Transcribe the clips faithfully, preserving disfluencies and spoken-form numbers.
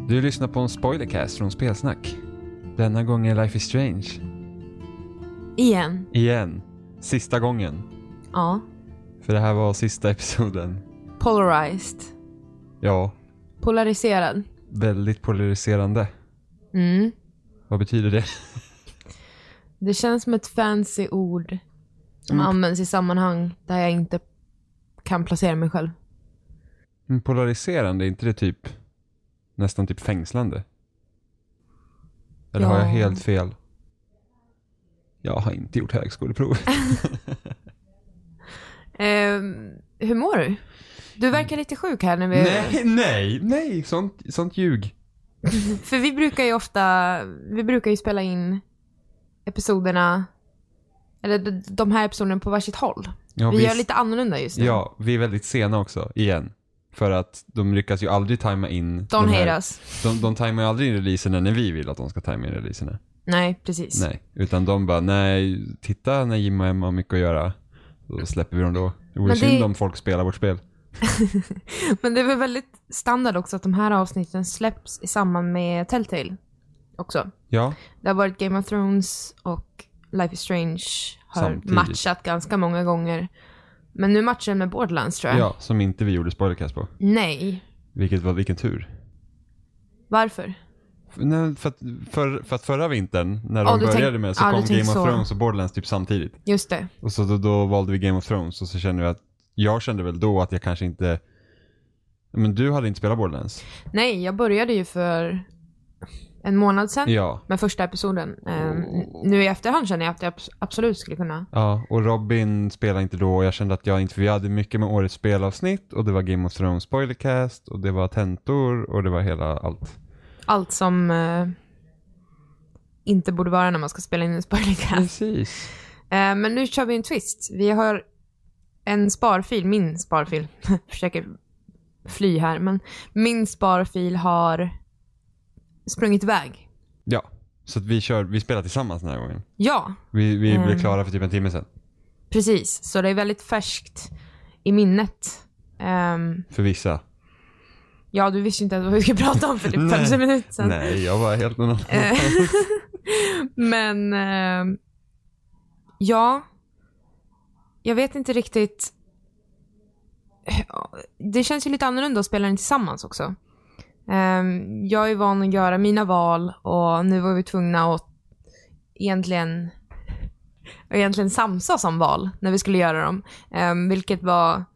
Du lyssnar på en spoilercast från Spelsnack. Denna gång är Life is Strange. Igen. Igen. Sista gången. Ja. För det här var sista episoden. Polarized. Ja. Polariserad. Väldigt polariserande. Mm. Vad betyder det? Det känns som ett fancy ord som Mm. används i sammanhang där jag inte kan placera mig själv. Men polariserande, är inte det typ nästan typ fängslande? Eller Ja. har jag helt fel? Jag har inte gjort högskoleprov. eh, hur mår du? Du verkar lite sjuk här när vi... nej, nej, nej, sånt, sånt ljug. För vi brukar ju ofta... Vi brukar ju spela in episoderna... Eller de, de här episoderna på varsitt håll. Ja, vi vi, gör lite annorlunda just nu. Ja, vi är väldigt sena också, igen. För att de lyckas ju aldrig tajma in... Don't de här, hate us. De, de tajmar ju aldrig in releaserna när vi vill att de ska tajma in releaserna. Nej, precis. Nej, utan de bara, nej, titta när Jim och Emma har mycket att göra. Då släpper vi dem då. Det vore Men det- synd om folk spelar vårt spel. Men det är väl väldigt standard också att de här avsnitten släpps i samband med Telltale också. Ja, Det har varit Game of Thrones och Life is Strange har Samtidigt. matchat ganska många gånger. Men nu matchar med Borderlands tror jag. ja, som inte vi gjorde spoilercast på. Nej. Vilket var, vilken tur. Varför? För, nej, för, att, för, för att förra vintern, när Ja, de du började tänk- med, så ja, du kom tänkte Game of så. Thrones och Borderlands typ samtidigt. Just det. Och så då, då valde vi Game of Thrones. Och så kände vi att, jag kände väl då att jag kanske inte... Men du hade inte spelat Borderlands. Nej, jag började ju för en månad sedan Ja. med första episoden. Ehm, nu i efterhand känner jag att jag abs- absolut skulle kunna. Ja, och Robin spelade inte då. Och jag kände att jag inte... För vi hade mycket med årets spelavsnitt. Och det var Game of Thrones spoilercast. Och det var tentor. Och det var hela allt. Allt som eh, inte borde vara när man ska spela in en spoilercast. Precis. Eh, men nu kör vi en twist. Vi har en sparfil, min sparfil. Försöker fly här, men min sparfil har sprungit iväg. Ja, så att vi kör... Vi spelar tillsammans den här gången. Ja, Vi, vi blev Mm. klara för typ en timme sedan. precis. Så det är väldigt färskt i minnet. Ehm, För vissa. ja, du visste ju inte vad vi skulle prata om för typ Nej. femtio minuter sedan. Nej, jag var helt någon annan. Eh, Men ehm, ja, jag vet inte riktigt. Det känns ju lite annorlunda att spela den tillsammans också. Ehm, jag är van att göra mina val och nu var vi tvungna att egentligen egentligen samsas om val när vi skulle göra dem. Ehm, vilket var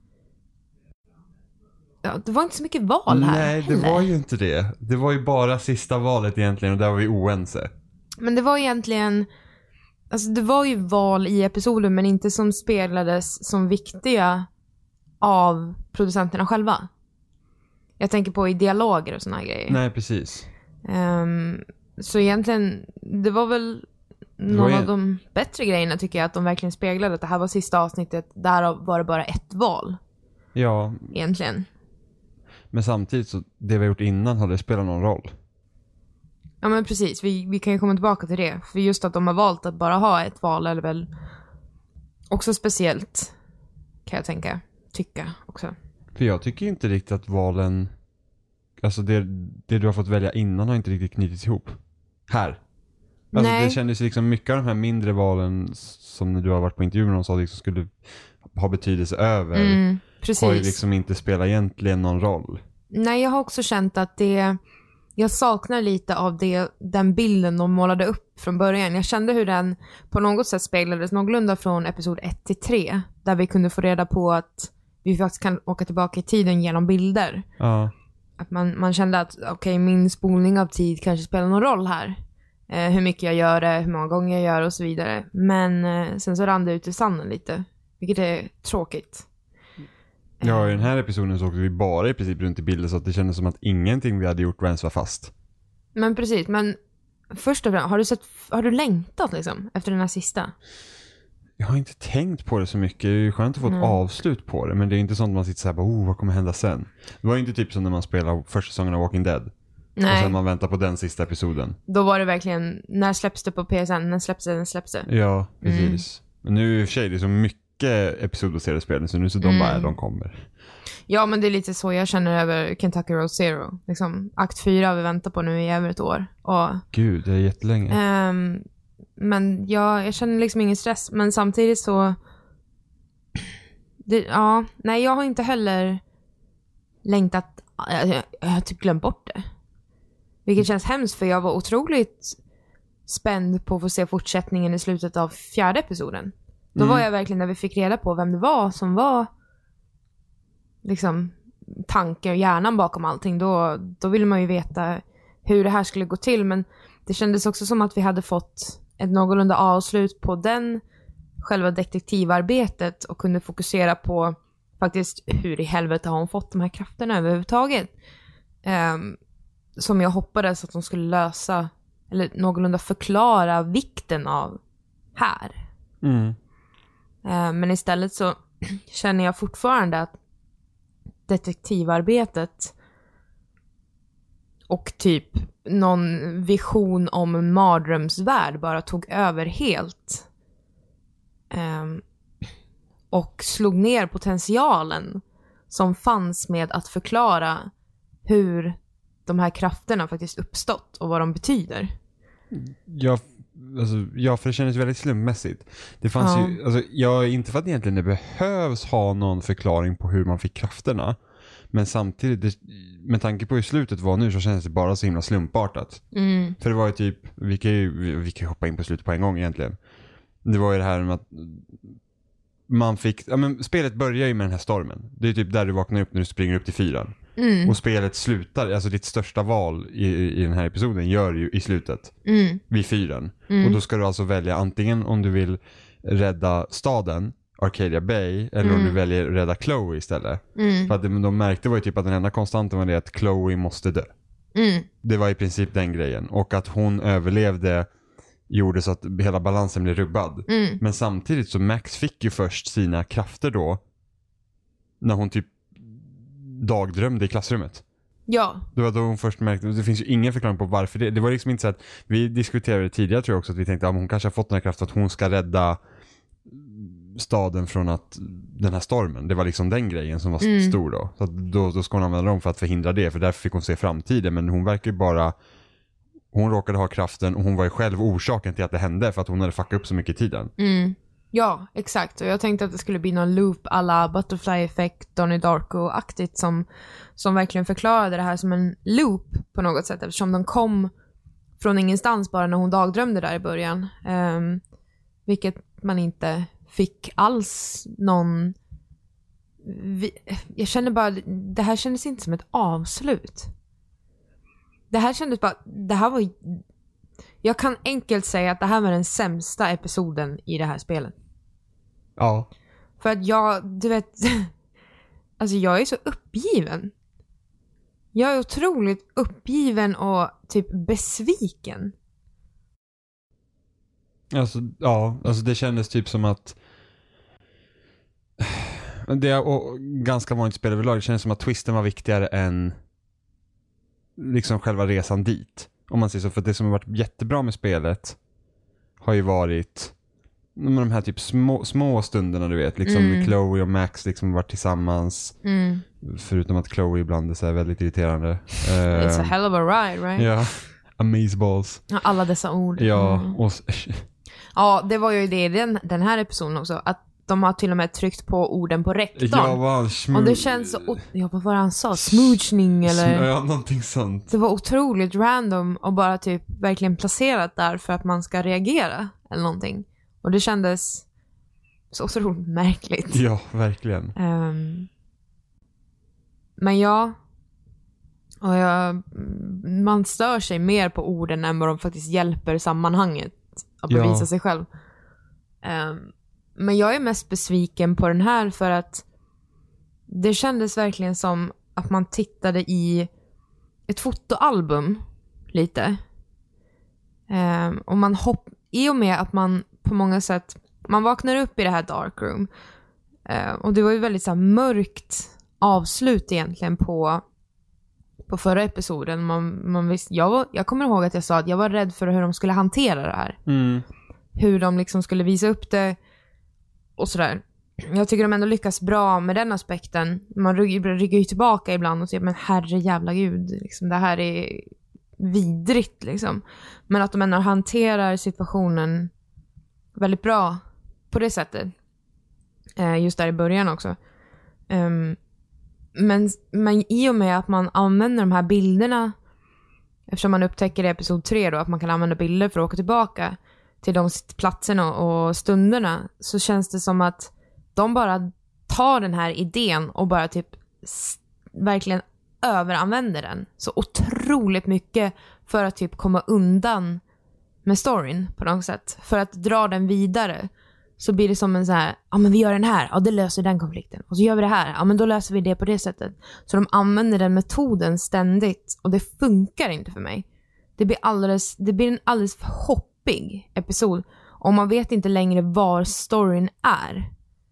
ja, det var inte så mycket val här. Nej, det heller. var ju inte det. Det var ju bara sista valet egentligen och där var vi oense. Men det var egentligen, alltså det var ju val i episoden men inte som speglades som viktiga av producenterna själva. Jag tänker på i dialoger och såna här grejer. Nej, precis. Ehm, så egentligen, det var väl någon var ju- av de bättre grejerna tycker jag, att de verkligen speglade att det här var sista avsnittet, där var det bara ett val Ja, egentligen. men samtidigt så det vi har gjort innan hade spelat någon roll. Ja men precis, vi, vi kan ju komma tillbaka till det. För just att de har valt att bara ha ett val är väl också speciellt, kan jag tänka, tycka också. För jag tycker inte riktigt att valen... Alltså det, det du har fått välja innan har inte riktigt knutits ihop. Här. Alltså Nej. det kändes liksom mycket av de här mindre valen som när du har varit på intervju med någon sa liksom skulle ha betydelse över. Mm, precis. Har ju liksom inte spelat egentligen någon roll. Nej, jag har också känt att det, jag saknar lite av det, den bilden de målade upp från början. Jag kände hur den på något sätt speglades någorlunda från episod ett till tre, där vi kunde få reda på att vi faktiskt kan åka tillbaka i tiden genom bilder. Ja. Att man, man kände att okej, okay, min spolning av tid kanske spelar någon roll här. Eh, hur mycket jag gör det, hur många gånger jag gör och så vidare. Men eh, sen så rann det ut i sanden lite, vilket är tråkigt. Ja, i den här episoden så åkte vi bara i princip runt i bilder så att det kändes som att ingenting vi hade gjort ens var fast. Men precis, men först och främst, har du sett, har du längtat liksom efter den här sista? Jag har inte tänkt på det så mycket. Det är ju skönt att få ett Nej. avslut på det. Men det är inte sånt man sitter så här bara, oh, vad kommer hända sen? Det var ju inte typ som när man spelar första säsongen av Walking Dead. Och Nej, sen man väntar på den sista episoden. då var det verkligen, när släpps det på P S N? När släpps det? När släpps det? Ja, precis. Men nu i och för sig, det är så mycket mycket episodbaserade spel så nu så de Mm. bara, de kommer. Ja, men det är lite så jag känner över Kentucky Road Zero. Liksom, akt fyra har vi väntat på nu i över ett år. Och, Gud, det är jättelänge. ehm, men ja, jag känner liksom ingen stress. Men samtidigt så... Det, ja, nej, jag har inte heller längtat... Jag, jag, jag har typ glömt bort det. Vilket känns hemskt, för jag var otroligt spänd på att få se fortsättningen i slutet av fjärde episoden. Då Mm. var jag verkligen, när vi fick reda på vem det var som var liksom tanken och hjärnan bakom allting, då, då ville man ju veta hur det här skulle gå till. Men det kändes också som att vi hade fått ett någorlunda avslut på den själva detektivarbetet och kunde fokusera på faktiskt hur i helvete har hon fått de här krafterna överhuvudtaget. Um, som jag hoppades att de skulle lösa eller någorlunda förklara vikten av här. Mm. Uh, men istället så känner jag fortfarande att detektivarbetet och typ någon vision om en mardrömsvärld bara tog över helt. Um, och slog ner potentialen som fanns med att förklara hur de här krafterna faktiskt uppstått och vad de betyder. Ja, alltså, ja, för det kändes väldigt slumpmässigt. Det fanns Ja. ju, alltså, jag inte för att egentligen det behövs ha någon förklaring på hur man fick krafterna. Men samtidigt, det, med tanke på hur slutet var nu så känns det bara så himla slumpartat. Mm. För det var ju typ, vi kan ju, vi, vi kan ju hoppa in på slutet på en gång egentligen. Det var ju det här med att man fick, ja men spelet börjar ju med den här stormen. Det är typ där du vaknar upp när du springer upp till fyran. Mm. Och spelet slutar, alltså ditt största val i, i den här episoden gör ju i slutet. Mm. Vid fyran. Mm. Och då ska du alltså välja antingen om du vill rädda staden, Arcadia Bay, eller Mm. om du väljer rädda Chloe istället. Mm. För att de märkte var ju typ att den enda konstanten var det att Chloe måste dö. Mm. Det var i princip den grejen. Och att hon överlevde gjorde så att hela balansen blev rubbad. Mm. Men samtidigt så Max fick ju först sina krafter då när hon typ dagdrömde i klassrummet. Ja. Det var då hon först märkte, det finns ju ingen förklaring på varför det. Det var liksom inte så att, vi diskuterade tidigare tror jag också att vi tänkte att hon kanske har fått den här kraften att hon ska rädda staden från att den här stormen, det var liksom den grejen som var Mm. stor då. Så att då, då ska hon använda dem för att förhindra det, för därför fick hon se framtiden, men hon verkar ju bara, hon råkade ha kraften och hon var ju själv orsaken till att det hände för att hon hade fuckat upp så mycket i tiden. Mm. Ja, exakt. Och jag tänkte att det skulle bli någon loop alla Butterfly Effect, Donnie Darko-aktigt som, som verkligen förklarade det här som en loop på något sätt, eftersom de kom från ingenstans bara när hon dagdrömde där i början. Um, vilket man inte fick alls någon... Vi... Jag känner bara, det här kändes inte som ett avslut. Det här kändes bara, det här var... Jag kan enkelt säga att det här var den sämsta episoden i det här spelet. Ja. För att jag, du vet, alltså jag är så uppgiven. Jag är otroligt uppgiven och typ besviken. Alltså, ja, alltså det kändes typ som att det är och ganska vanligt spel överlag, det kändes som att twisten var viktigare än liksom själva resan dit. Om man säger så, för det som har varit jättebra med spelet har ju varit med de här typ små, små stunderna, du vet, liksom Mm. Chloe och Max liksom varit tillsammans, Mm. förutom att Chloe ibland är så här väldigt irriterande. It's a Uh, hell of a ride, right? ja, amazeballs. Ja, alla dessa ord. Ja, Mm. och Ja, det var ju det i den, den här episoden också. Att de har till och med tryckt på orden på rektorn. jag var en smooth... och det känns så... o- Ja, vad var det han sa? Smoochning eller... Ja, någonting sånt. Det var otroligt random och bara typ verkligen placerat där för att man ska reagera eller någonting. Och det kändes så otroligt märkligt. Ja, verkligen. Um, men ja, och jag, man stör sig mer på orden än vad de faktiskt hjälper sammanhanget att bevisa Ja. sig själv. Um, men jag är mest besviken på den här för att det kändes verkligen som att man tittade i ett fotoalbum lite. Um, och man hopp i och med att man på många sätt man vaknar upp i det här dark room. Uh, och det var ju väldigt så här mörkt avslut egentligen på på förra episoden. Man, man visste, jag, var, jag kommer ihåg att jag sa att jag var rädd för hur de skulle hantera det här. Mm. Hur de liksom skulle visa upp det och sådär. jag tycker de ändå lyckas bra med den aspekten. Man ryggar ju tillbaka ibland och säger, men herre jävla gud, liksom, det här är vidrigt liksom. Men att de ändå hanterar situationen väldigt bra på det sättet. Eh, just där i början också. Um, men, men i och med att man använder de här bilderna, eftersom man upptäcker i episod tre då, att man kan använda bilder för att åka tillbaka till de platserna och stunderna, så känns det som att de bara tar den här idén och bara typ s- verkligen överanvänder den så otroligt mycket för att typ komma undan med storyn på något sätt. För att dra den vidare så blir det som en så här, ja men vi gör den här, ja det löser den konflikten. Och så gör vi det här, ja men då löser vi det på det sättet. Så de använder den metoden ständigt och det funkar inte för mig. Det blir alldeles, det blir en alldeles för hoppig episod och man vet inte längre var storyn är.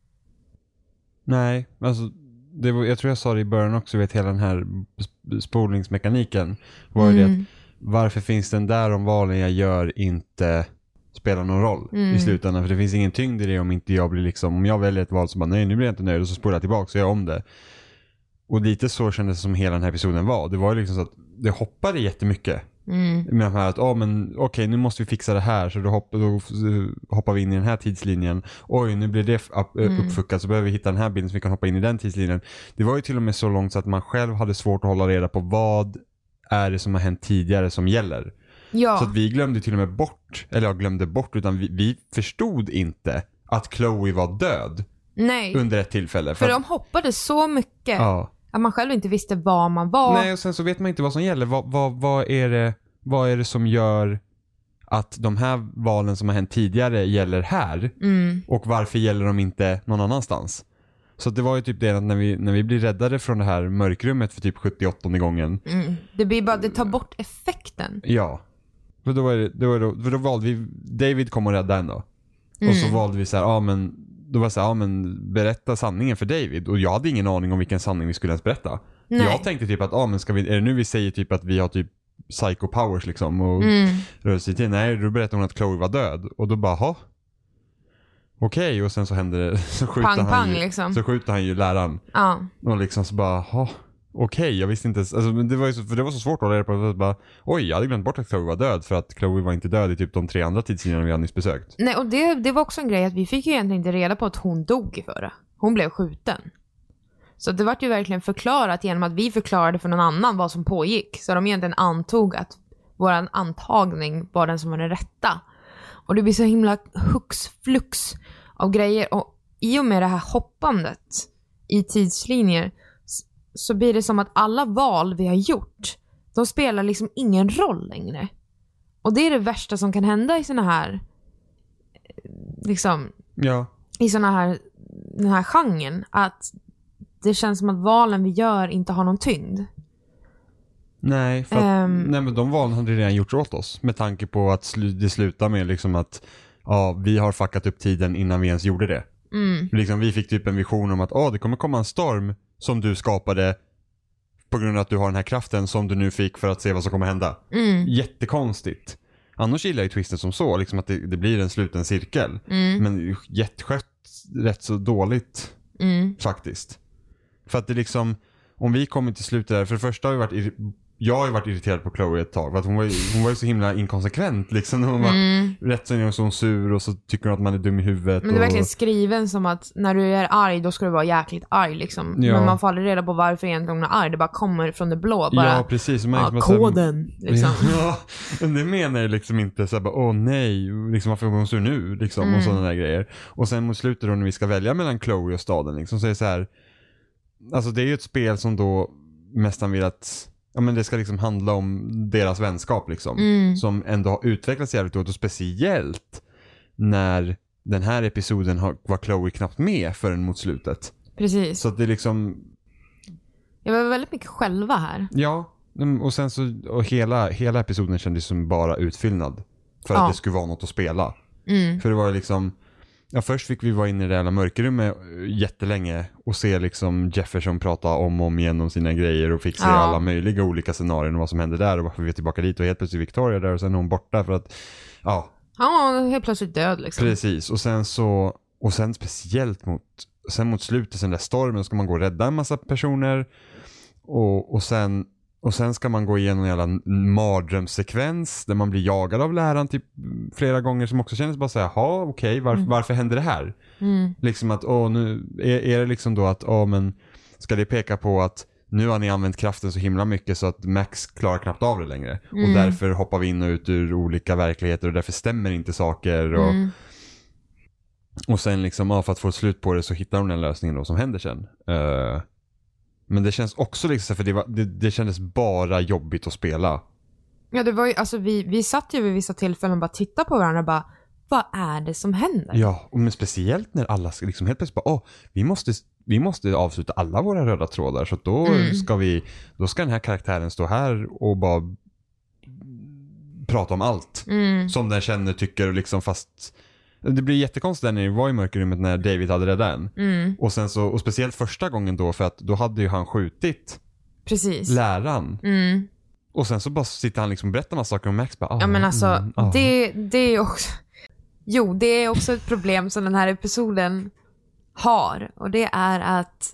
Nej, alltså det var, jag tror jag sa det i början också, vet hela den här spolningsmekaniken var ju Mm. det att varför finns den där om valen jag gör inte spelar någon roll Mm. i slutändan, för det finns ingen tyngd i det om inte jag blir liksom, om jag väljer ett val så bara nej nu blir jag inte nöjd och så spolar jag tillbaka så gör jag om det. Och lite så kändes det som hela den här episoden var. Det var ju liksom så att det hoppade jättemycket. Mm. Med de här att, oh, men okej okay, nu måste vi fixa det här så då hoppar, då hoppar vi in i den här tidslinjen. Oj, nu blir det upp, Mm. uppfuckat så behöver vi hitta den här bilden så vi kan hoppa in i den tidslinjen. Det var ju till och med så långt så att man själv hade svårt att hålla reda på vad är det som har hänt tidigare som gäller. Ja. Så att vi glömde till och med bort, eller jag glömde bort, utan vi, vi förstod inte att Chloe var död. Nej. Under ett tillfälle. För, för de hoppade så mycket ja. att man själv inte visste var man var. Nej, och sen så vet man inte vad som gäller. Vad, vad, vad, är det, vad är det som gör att de här valen som har hänt tidigare gäller här? Mm. Och varför gäller de inte någon annanstans? Så det var ju typ det att när vi, när vi blir räddade från det här mörkrummet för typ sjuttioåttonde gången. Mm. Det blir bara, det tar bort effekten. Ja. För då, var det, då, var det, för då valde vi, David kom och räddade en då. Mm. Och så valde vi så här, ja men, då var det så här, ja men berätta sanningen för David. Och jag hade ingen aning om vilken sanning vi skulle ens berätta. Nej. Jag tänkte typ att, ja men ska vi, är det nu vi säger typ att vi har typ psycho powers liksom och Mm. rörelse. Nej, då berättade hon att Chloe var död. Och då bara, ha. Okej, okay. Och sen så händer det, så skjuter, pang, han, pang, ju, liksom. så skjuter han ju läraren. Ja. Och liksom så bara, ha. Okej, okay, jag visste inte ens, alltså, men det var ju så, för det var så svårt att hålla reda på det, bara, oj, jag hade glömt bort att Chloe var död för att Chloe var inte död i typ de tre andra tidslinjerna vi hade nyss besökt. Nej, och det, det var också en grej att vi fick ju egentligen inte reda på att hon dog i förra. Hon blev skjuten. Så det var ju verkligen förklarat genom att vi förklarade för någon annan vad som pågick. Så de egentligen antog att våran antagning var den som var den rätta. Och det blir så himla hux flux av grejer. Och i och med det här hoppandet i tidslinjer så blir det som att alla val vi har gjort, de spelar liksom ingen roll längre. Och det är det värsta som kan hända i såna här liksom Ja. i såna här den här genren, att det känns som att valen vi gör inte har någon tyngd. Nej, för att, Um, nej men de valen hade redan gjort åt oss med tanke på att sl- det slutar med liksom att ja, vi har fuckat upp tiden innan vi ens gjorde det. Mm. Liksom, vi fick typ en vision om att åh, det kommer komma en storm som du skapade på grund av att du har den här kraften som du nu fick för att se vad som kommer hända. Mm. Jättekonstigt. Annars gillar jag ju twisten som så, liksom att det, det blir en sluten cirkel. Mm. Men jätteskött rätt så dåligt Mm. faktiskt. För att det liksom, om vi kommer till slutet där, för det första har vi varit irri- jag har ju varit irriterad på Chloe ett tag för att hon var ju, hon var ju så himla inkonsekvent liksom. Hon var Mm. rätt så, så hon sur och så tycker hon att man är dum i huvudet. Men det är verkligen och... skriven som att när du är arg då ska du vara jäkligt arg liksom. Ja. Men man får aldrig reda på varför egentligen hon är arg. Det bara kommer från det blå. Bara, Ja, precis. Man ja, liksom bara, koden liksom. Ja, men det menar jag liksom inte så här bara, åh nej, liksom varför går hon sur nu liksom Mm. och sådana där grejer. Och sen mot slutet då när vi ska välja mellan Chloe och staden liksom, så är det så här, alltså det är ju ett spel som då nästan vill att ja men det ska liksom handla om deras vänskap liksom, Mm. som ändå har utvecklats jävligt åt, och speciellt när den här episoden har, var Chloe knappt med förrän mot slutet. Precis. Så att det är liksom, Jag var väldigt mycket själva här. ja, och sen så och hela, hela episoden kändes som bara utfyllnad för Ja. att det skulle vara något att spela. Mm. För det var liksom, ja först fick vi vara inne i det jävla mörkrummet jättelänge och se liksom Jefferson prata om och om igen om sina grejer och fick se Ja. alla möjliga olika scenarier och vad som hände där och varför vi är tillbaka dit och helt plötsligt Victoria där och sen är hon borta för att, ja. Han var helt plötsligt död liksom. Precis, och sen så, och sen speciellt mot sen mot slutet, sen där stormen, ska man gå och rädda en massa personer. Och, och, sen, och sen ska man gå igenom en jävla mardrömssekvens där man blir jagad av läraren typ flera gånger, som också känns bara så här, jaha, okej, okay, varför, mm. varför händer det här? Mm. Liksom att, åh, nu är, är det liksom då att, åh, men ska det peka på att nu har ni använt kraften så himla mycket så att Max klarar knappt av det längre. Mm. Och därför hoppar vi in och ut ur olika verkligheter och därför stämmer inte saker. Och, mm. och sen liksom, ja, för att få ett slut på det så hittar hon en lösning då som händer sen. Uh, men det känns också liksom, för det, var, det, det kändes bara jobbigt att spela. Ja, det var ju, alltså vi, vi satt ju vid vissa tillfällen och bara tittade på varandra och bara, vad är det som händer? Ja, och men speciellt när alla liksom helt plötsligt bara, åh, vi måste, vi måste avsluta alla våra röda trådar, så då mm. ska vi, då ska den här karaktären stå här och bara prata om allt mm. som den känner, tycker, liksom, fast det blir jättekonstigt när det var i mörkerrummet när David hade räddat en. Mm. Och sen så, och speciellt första gången då, för att då hade ju han skjutit Precis. läraren. Mm. Och sen så bara sitter han liksom och berättar massa saker om Max. Bara, ah, ja, men alltså, mm, ah. det, det är också... Jo, det är också ett problem som den här episoden har. Och det är att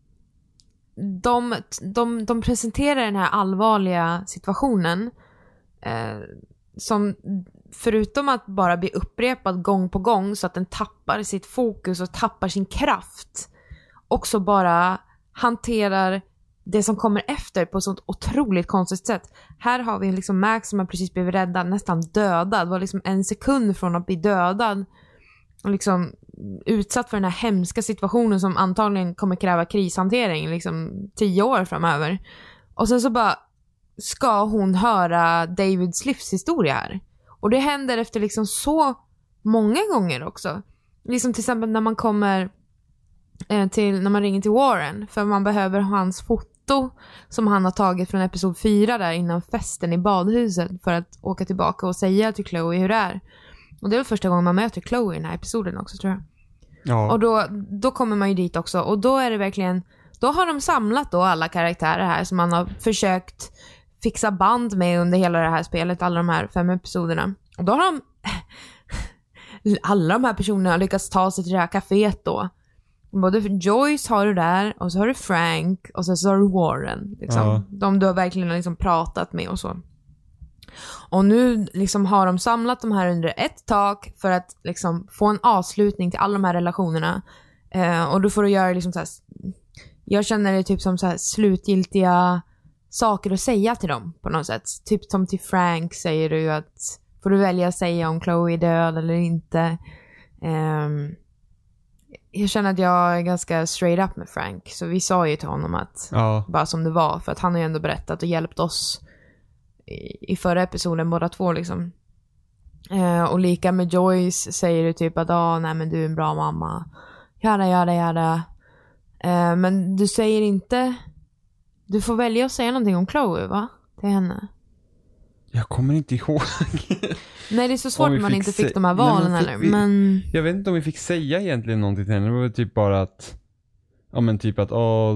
de, de, de presenterar den här allvarliga situationen eh, som, förutom att bara bli upprepad gång på gång så att den tappar sitt fokus och tappar sin kraft, också bara hanterar det som kommer efter på ett sånt otroligt konstigt sätt. Här har vi liksom Max som har precis blivit räddad, nästan dödad, var liksom en sekund från att bli dödad och liksom utsatt för den här hemska situationen som antagligen kommer kräva krishantering liksom tio år framöver. Och sen så bara ska hon höra Davids livshistoria här. Och det händer efter liksom så många gånger också. Liksom till exempel när man kommer eh, till, när man ringer till Warren, för man behöver hans foto som han har tagit från episod fyra där innan festen i badhuset för att åka tillbaka och säga till Chloe hur det är. Och det är väl första gången man möter Chloe i den här episoden också, tror jag. Ja. Och då, då kommer man ju dit också. Och då är det verkligen, då har de samlat då alla karaktärer här som man har försökt fixa band med under hela det här spelet, alla de här fem episoderna. Och då har de alla de här personerna har lyckats ta sig till det här kaféet då. Både Joyce har du där, och så har du Frank, och så har du Warren liksom. Ja. De du har verkligen liksom pratat med och så. Och nu liksom har de samlat de här under ett tak för att liksom få en avslutning till alla de här relationerna. Eh, och då får du göra liksom så här, jag känner det typ som så här slutgiltiga saker att säga till dem på något sätt. Typ som till Frank säger du att får du välja att säga om Chloe är död eller inte. Um, jag känner att jag är ganska straight up med Frank. Så vi sa ju till honom att ja. bara som det var. För att han har ju ändå berättat och hjälpt oss i, i förra episoden båda två liksom. Uh, och lika med Joyce säger du typ att ah, nej men du är en bra mamma. Jada, jada, jada. Uh, men du säger inte... Du får välja att säga någonting om Chloe, va? Till henne. Jag kommer inte ihåg. Nej, det är så svårt att man inte fick se- de här valen eller. Vi, men... Jag vet inte om vi fick säga egentligen någonting till henne. Det var typ bara att... Ja, men typ att... Åh,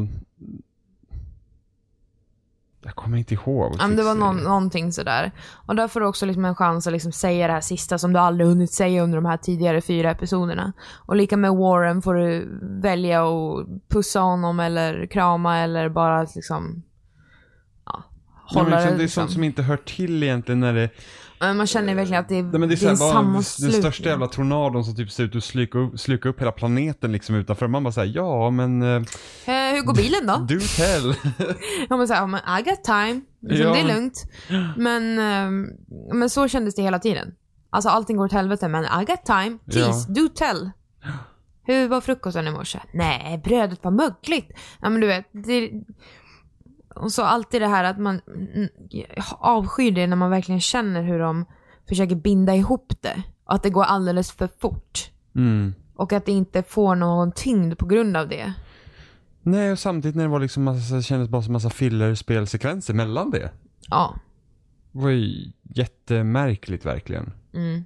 jag kommer inte ihåg. Ja, men det var någon, någonting sådär. Och där får du också liksom en chans att liksom säga det här sista som du aldrig hunnit säga under de här tidigare fyra episoderna. Och lika med Warren får du välja att pussa honom eller krama eller bara liksom... Ja, hålla Nej, liksom, det. Det är liksom. sånt som inte hör till egentligen när det... Men man känner verkligen att det är, Nej, men det är, det är såhär, samma bara, slut. den största jävla tornadon som typ ser ut att sluka upp, sluka upp hela planeten liksom utanför. Man bara säger ja, men... Uh, eh, hur går bilen då? Do tell. Ja, men så här, men I got time. Liksom, ja. Det är lugnt. Men, um, men så kändes det hela tiden. Alltså allting går åt helvete, men I got time. Tease, ja. Do tell. Hur var frukosten i morse? Nej, brödet var mögligt. Ja, men du vet, det... Och så alltid det här att man avskyr det när man verkligen känner hur de försöker binda ihop det. Och att det går alldeles för fort. Mm. Och att det inte får någon tyngd på grund av det. Nej, och samtidigt när det var liksom massa, det kändes bara som massa filler-spelsekvenser mellan det. Ja. Det var ju jättemärkligt verkligen. Mm.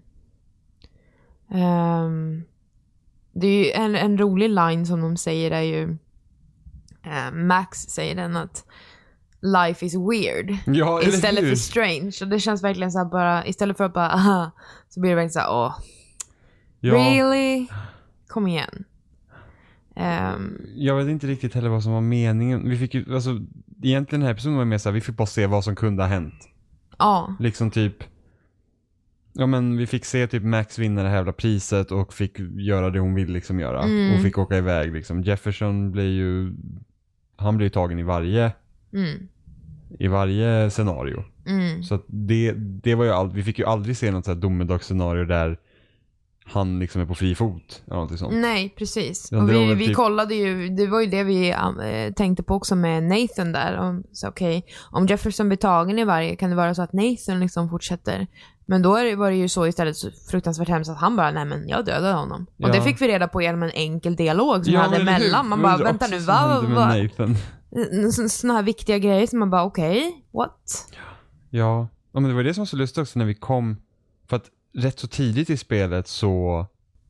Um, det är ju en, en rolig line som de säger är ju uh, Max säger den att life is weird ja, istället för strange. Och det känns verkligen så här bara, istället för att bara aha, så blir det verkligen så här, åh, ja. really? Kom igen. Um, jag vet inte riktigt heller vad som var meningen. Vi fick ju, alltså, egentligen den här episoden var mer så här, vi fick bara se vad som kunde ha hänt. Ja. Liksom typ, ja men vi fick se typ Max vinna det här jävla priset och fick göra det hon vill liksom göra. Mm. Och fick åka iväg liksom. Jefferson blir ju, han blir ju tagen i varje, mm. i varje scenario. Mm. Så att det, det var ju allt, vi fick ju aldrig se något så här domedagsscenario där han liksom är på fri fot eller något sånt. Nej, precis. Ja, och vi, vi typ... kollade ju, det var ju det vi äh, tänkte på också med Nathan där. Om, så okej, okay, om Jefferson blir tagen i varje, kan det vara så att Nathan liksom fortsätter? Men då är det, var det ju så istället så fruktansvärt hemskt att han bara, nej men jag dödade honom. Ja. Och det fick vi reda på genom en enkel dialog som ja, hade mellan. Man bara, vänta nu, vad? Va? Sådana här viktiga grejer som man bara, okej, okay, what? Ja. ja, men det var det som var så lustigt också när vi kom. För att rätt så tidigt i spelet så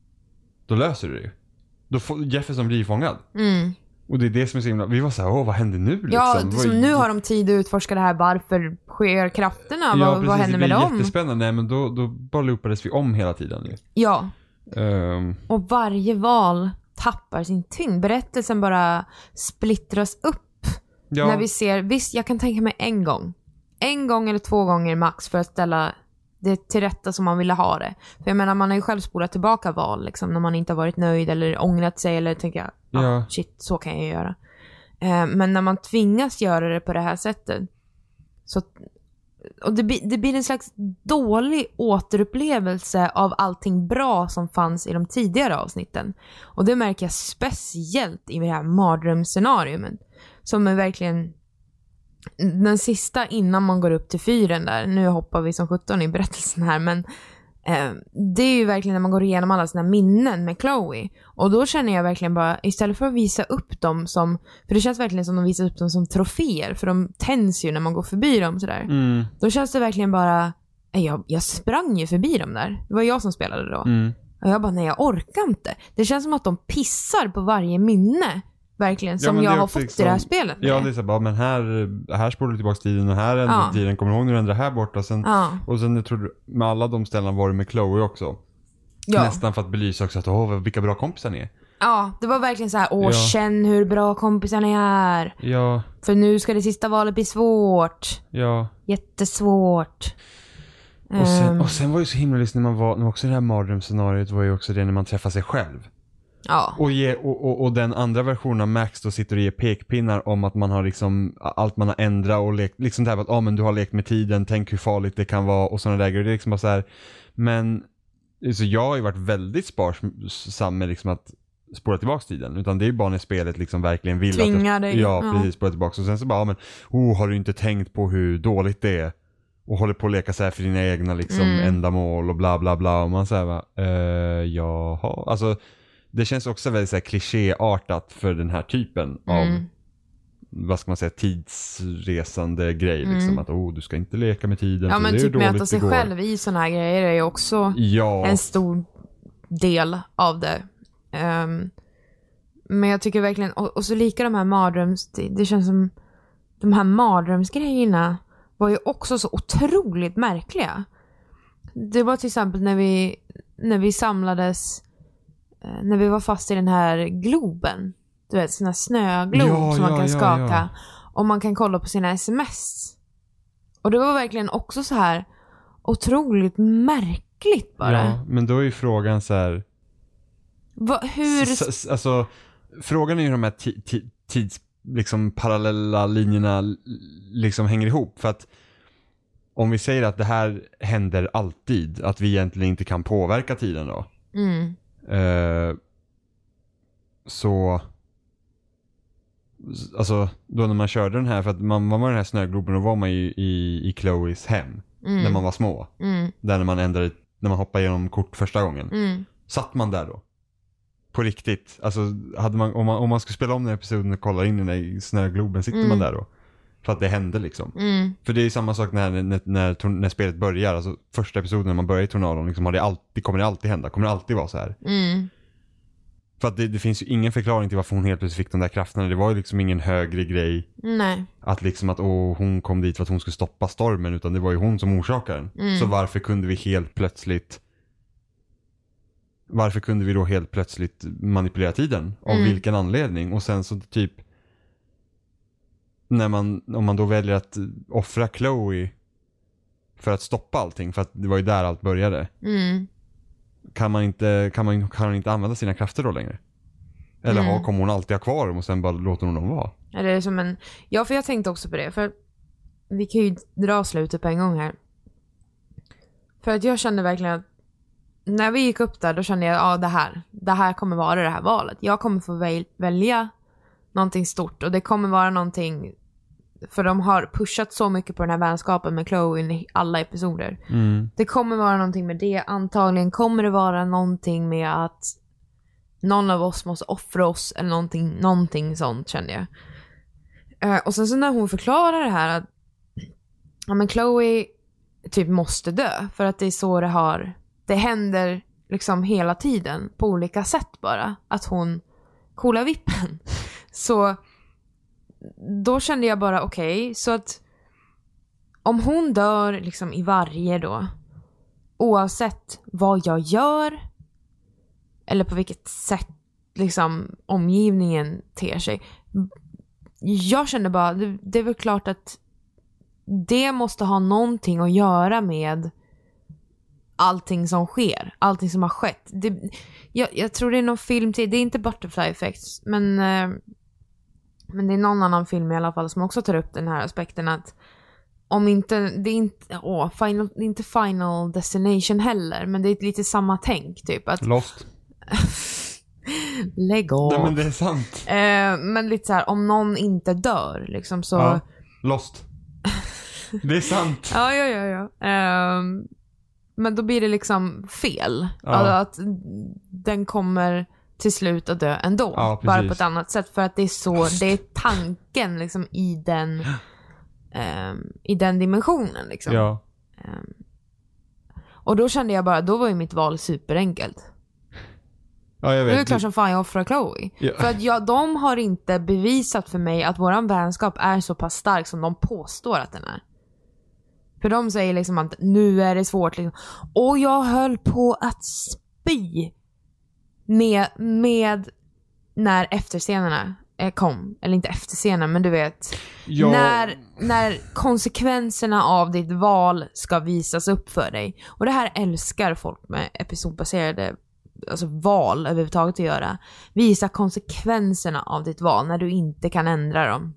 då löser du det ju. Då får Jefferson blir fångad. Mm. Och det är det som är så himla, vi var så här, åh vad händer nu liksom? Ja, det som ju... nu har de tid att utforska det här, varför sker krafterna? Ja, vad, precis, vad händer med dem? Det blir jättespännande, nej men då, då bara loopades vi om hela tiden ju. Ja. Um... Och varje val tappar sin tyngd. Berättelsen bara splittras upp. Ja. När vi ser, visst jag kan tänka mig en gång. En gång eller två gånger max för att ställa det till rätta som man ville ha det. För jag menar, man har ju själv spolat tillbaka val liksom, när man inte har varit nöjd eller ångrat sig eller tänker, ah, ja. shit, så kan jag göra. Eh, men när man tvingas göra det på det här sättet så, och det, det blir en slags dålig återupplevelse av allting bra som fanns i de tidigare avsnitten. Och det märker jag speciellt i det här mardrömsscenariumet som är verkligen den sista innan man går upp till fyren där. Nu hoppar vi som sjutton i berättelsen här, men eh, det är ju verkligen när man går igenom alla sina minnen med Chloe. Och då känner jag verkligen bara, istället för att visa upp dem som, för det känns verkligen som att de visar upp dem som troféer, för de tänds ju när man går förbi dem sådär. Mm. Då känns det verkligen bara, jag, jag sprang ju förbi dem där. Det var jag som spelade då. Mm. Och jag bara, nej jag orkar inte. Det känns som att de pissar på varje minne. Verkligen, som ja, jag har fått liksom, i det här spelet. Ja, det är så bara, men här, här spolar du tillbaka tiden och här ändrar ja. tiden. Kommer du ihåg när du ändrar här borta? Sen, ja. Och sen jag tror med alla de ställena var det med Chloe också. Ja. Nästan för att belysa också att, åh, vilka bra kompisar ni är. Ja, det var verkligen så här, åh, ja. känn hur bra kompisar ni är. Ja. För nu ska det sista valet bli svårt. Ja. Jättesvårt. Och sen, och sen var ju så himla när man var, när också det här mardrömsscenariot var ju också det när man träffar sig själv. Ja. Och, ge, och, och, och den andra versionen av Max då sitter och ger pekpinnar om att man har liksom allt man har ändrat och lekt, liksom det här att ah, men du har lekt med tiden, tänk hur farligt det kan vara och sådana där grejer. Det är liksom bara så här, men så jag har ju varit väldigt sparsam med liksom att spåra tillbaka tiden, utan det är ju bara när spelet liksom verkligen vill tvingar att dig. Ja, ja, precis, spåra tillbaka. Och sen så bara, ah, men oh, har du inte tänkt på hur dåligt det är? Och håller på att leka så här för dina egna liksom mm. ändamål och bla bla bla. Och man säger va, eh, jaha. Alltså, det känns också väldigt så här klichéartat för den här typen mm. av, vad ska man säga, tidsresande grej. Mm. Liksom att, oh, du ska inte leka med tiden. Ja, men det är typ dåligt möta sig själv i såna här grejer är ju också ja. en stor del av det. Um, men jag tycker verkligen, och, och så lika de här mardröms, det, det känns som de här mardrömsgrejerna var ju också så otroligt märkliga. Det var till exempel när vi när vi samlades eh, när vi var fast i den här globen. Du vet, sån här snöglob ja, som man ja, kan ja, skaka. Ja. Och man kan kolla på sina sms. Och det var verkligen också så här otroligt märkligt bara. Ja, men då är ju frågan så här. Va, hur... S- s- alltså, frågan är ju hur de här t- t- tids liksom parallella linjerna liksom hänger ihop, för att om vi säger att det här händer alltid, att vi egentligen inte kan påverka tiden då mm. eh, så alltså då när man körde den här, för att man, man var i den här snögloben och var man ju i, i Chloes hem mm. när man var små mm. där när man ändrade, när man hoppade igenom kort första gången mm. satt man där då? På riktigt. Alltså, hade man, om, man, om man skulle spela om den här episoden och kolla in i den där snögloben, sitter mm. man där då? För att det hände liksom. Mm. För det är samma sak när, när, när, när spelet börjar. Alltså första episoden när man börjar i tornadon liksom, har det alltid, kommer det alltid hända. Kommer det alltid vara så här. Mm. För att det, det finns ju ingen förklaring till varför hon helt plötsligt fick de där krafterna. Det var ju liksom ingen högre grej. Nej. Att liksom att åh, hon kom dit för att hon skulle stoppa stormen. Utan det var ju hon som orsakade den. Mm. Så varför kunde vi helt plötsligt varför kunde vi då helt plötsligt manipulera tiden? Av Mm. vilken anledning? Och sen så typ när man, om man då väljer att offra Chloe för att stoppa allting, för att det var ju där allt började. Mm. Kan man inte, kan man, kan man inte använda sina krafter då längre? Eller Mm. ha, kommer hon alltid ha kvar dem och sen bara låter hon dem vara? Är det som en... Ja, för jag tänkte också på det. För vi kan ju dra slutet på en gång här. För att jag kände verkligen att när vi gick upp där, då kände jag ja, det här. Det här kommer vara det här valet. Jag kommer få väl, välja någonting stort. Och det kommer vara någonting... För de har pushat så mycket på den här vänskapen med Chloe i alla episoder. Mm. Det kommer vara någonting med det. Antagligen kommer det vara någonting med att någon av oss måste offra oss eller någonting, någonting sånt, kände jag. Uh, och sen så när hon förklarar det här att ja, men Chloe typ måste dö för att det är så det har, det händer liksom hela tiden på olika sätt bara, att hon coolar vippen. Så då kände jag bara okej, okay, så att om hon dör liksom i varje då, oavsett vad jag gör eller på vilket sätt liksom omgivningen ter sig, jag kände bara, det, det är väl klart att det måste ha någonting att göra med allting som sker, allting som har skett. Det, jag, jag tror det är någon film till, det är inte Butterfly Effect, men eh, men det är någon annan film i alla fall som också tar upp den här aspekten att om inte, det är inte, åh, final, det är inte Final Destination heller, men det är lite samma tänk typ att Lost. lägg av. Nej, men det är sant. Eh, men lite så här, om någon inte dör liksom så ja, Lost. Det är sant. ja, ja, ja, ja. Eh, men då blir det liksom fel. Ja. Alltså att den kommer till slut att dö ändå. Ja, bara på ett annat sätt. För att det är så, Lost. det är tanken liksom i den eh, i den dimensionen liksom. Ja. Eh, och då kände jag bara, då var ju mitt val superenkelt. Ja, jag vet. Det är klart som fan jag offrar Chloe. Ja. För att jag, de har inte bevisat för mig att våran vänskap är så pass stark som de påstår att den är. För de säger liksom att nu är det svårt liksom. Och jag höll på att spy med, med när efterscenerna kom. Eller inte efterscenerna, men du vet. Ja. När, när konsekvenserna av ditt val ska visas upp för dig. Och det här älskar folk med episodbaserade alltså val överhuvudtaget att göra. Visa konsekvenserna av ditt val när du inte kan ändra dem.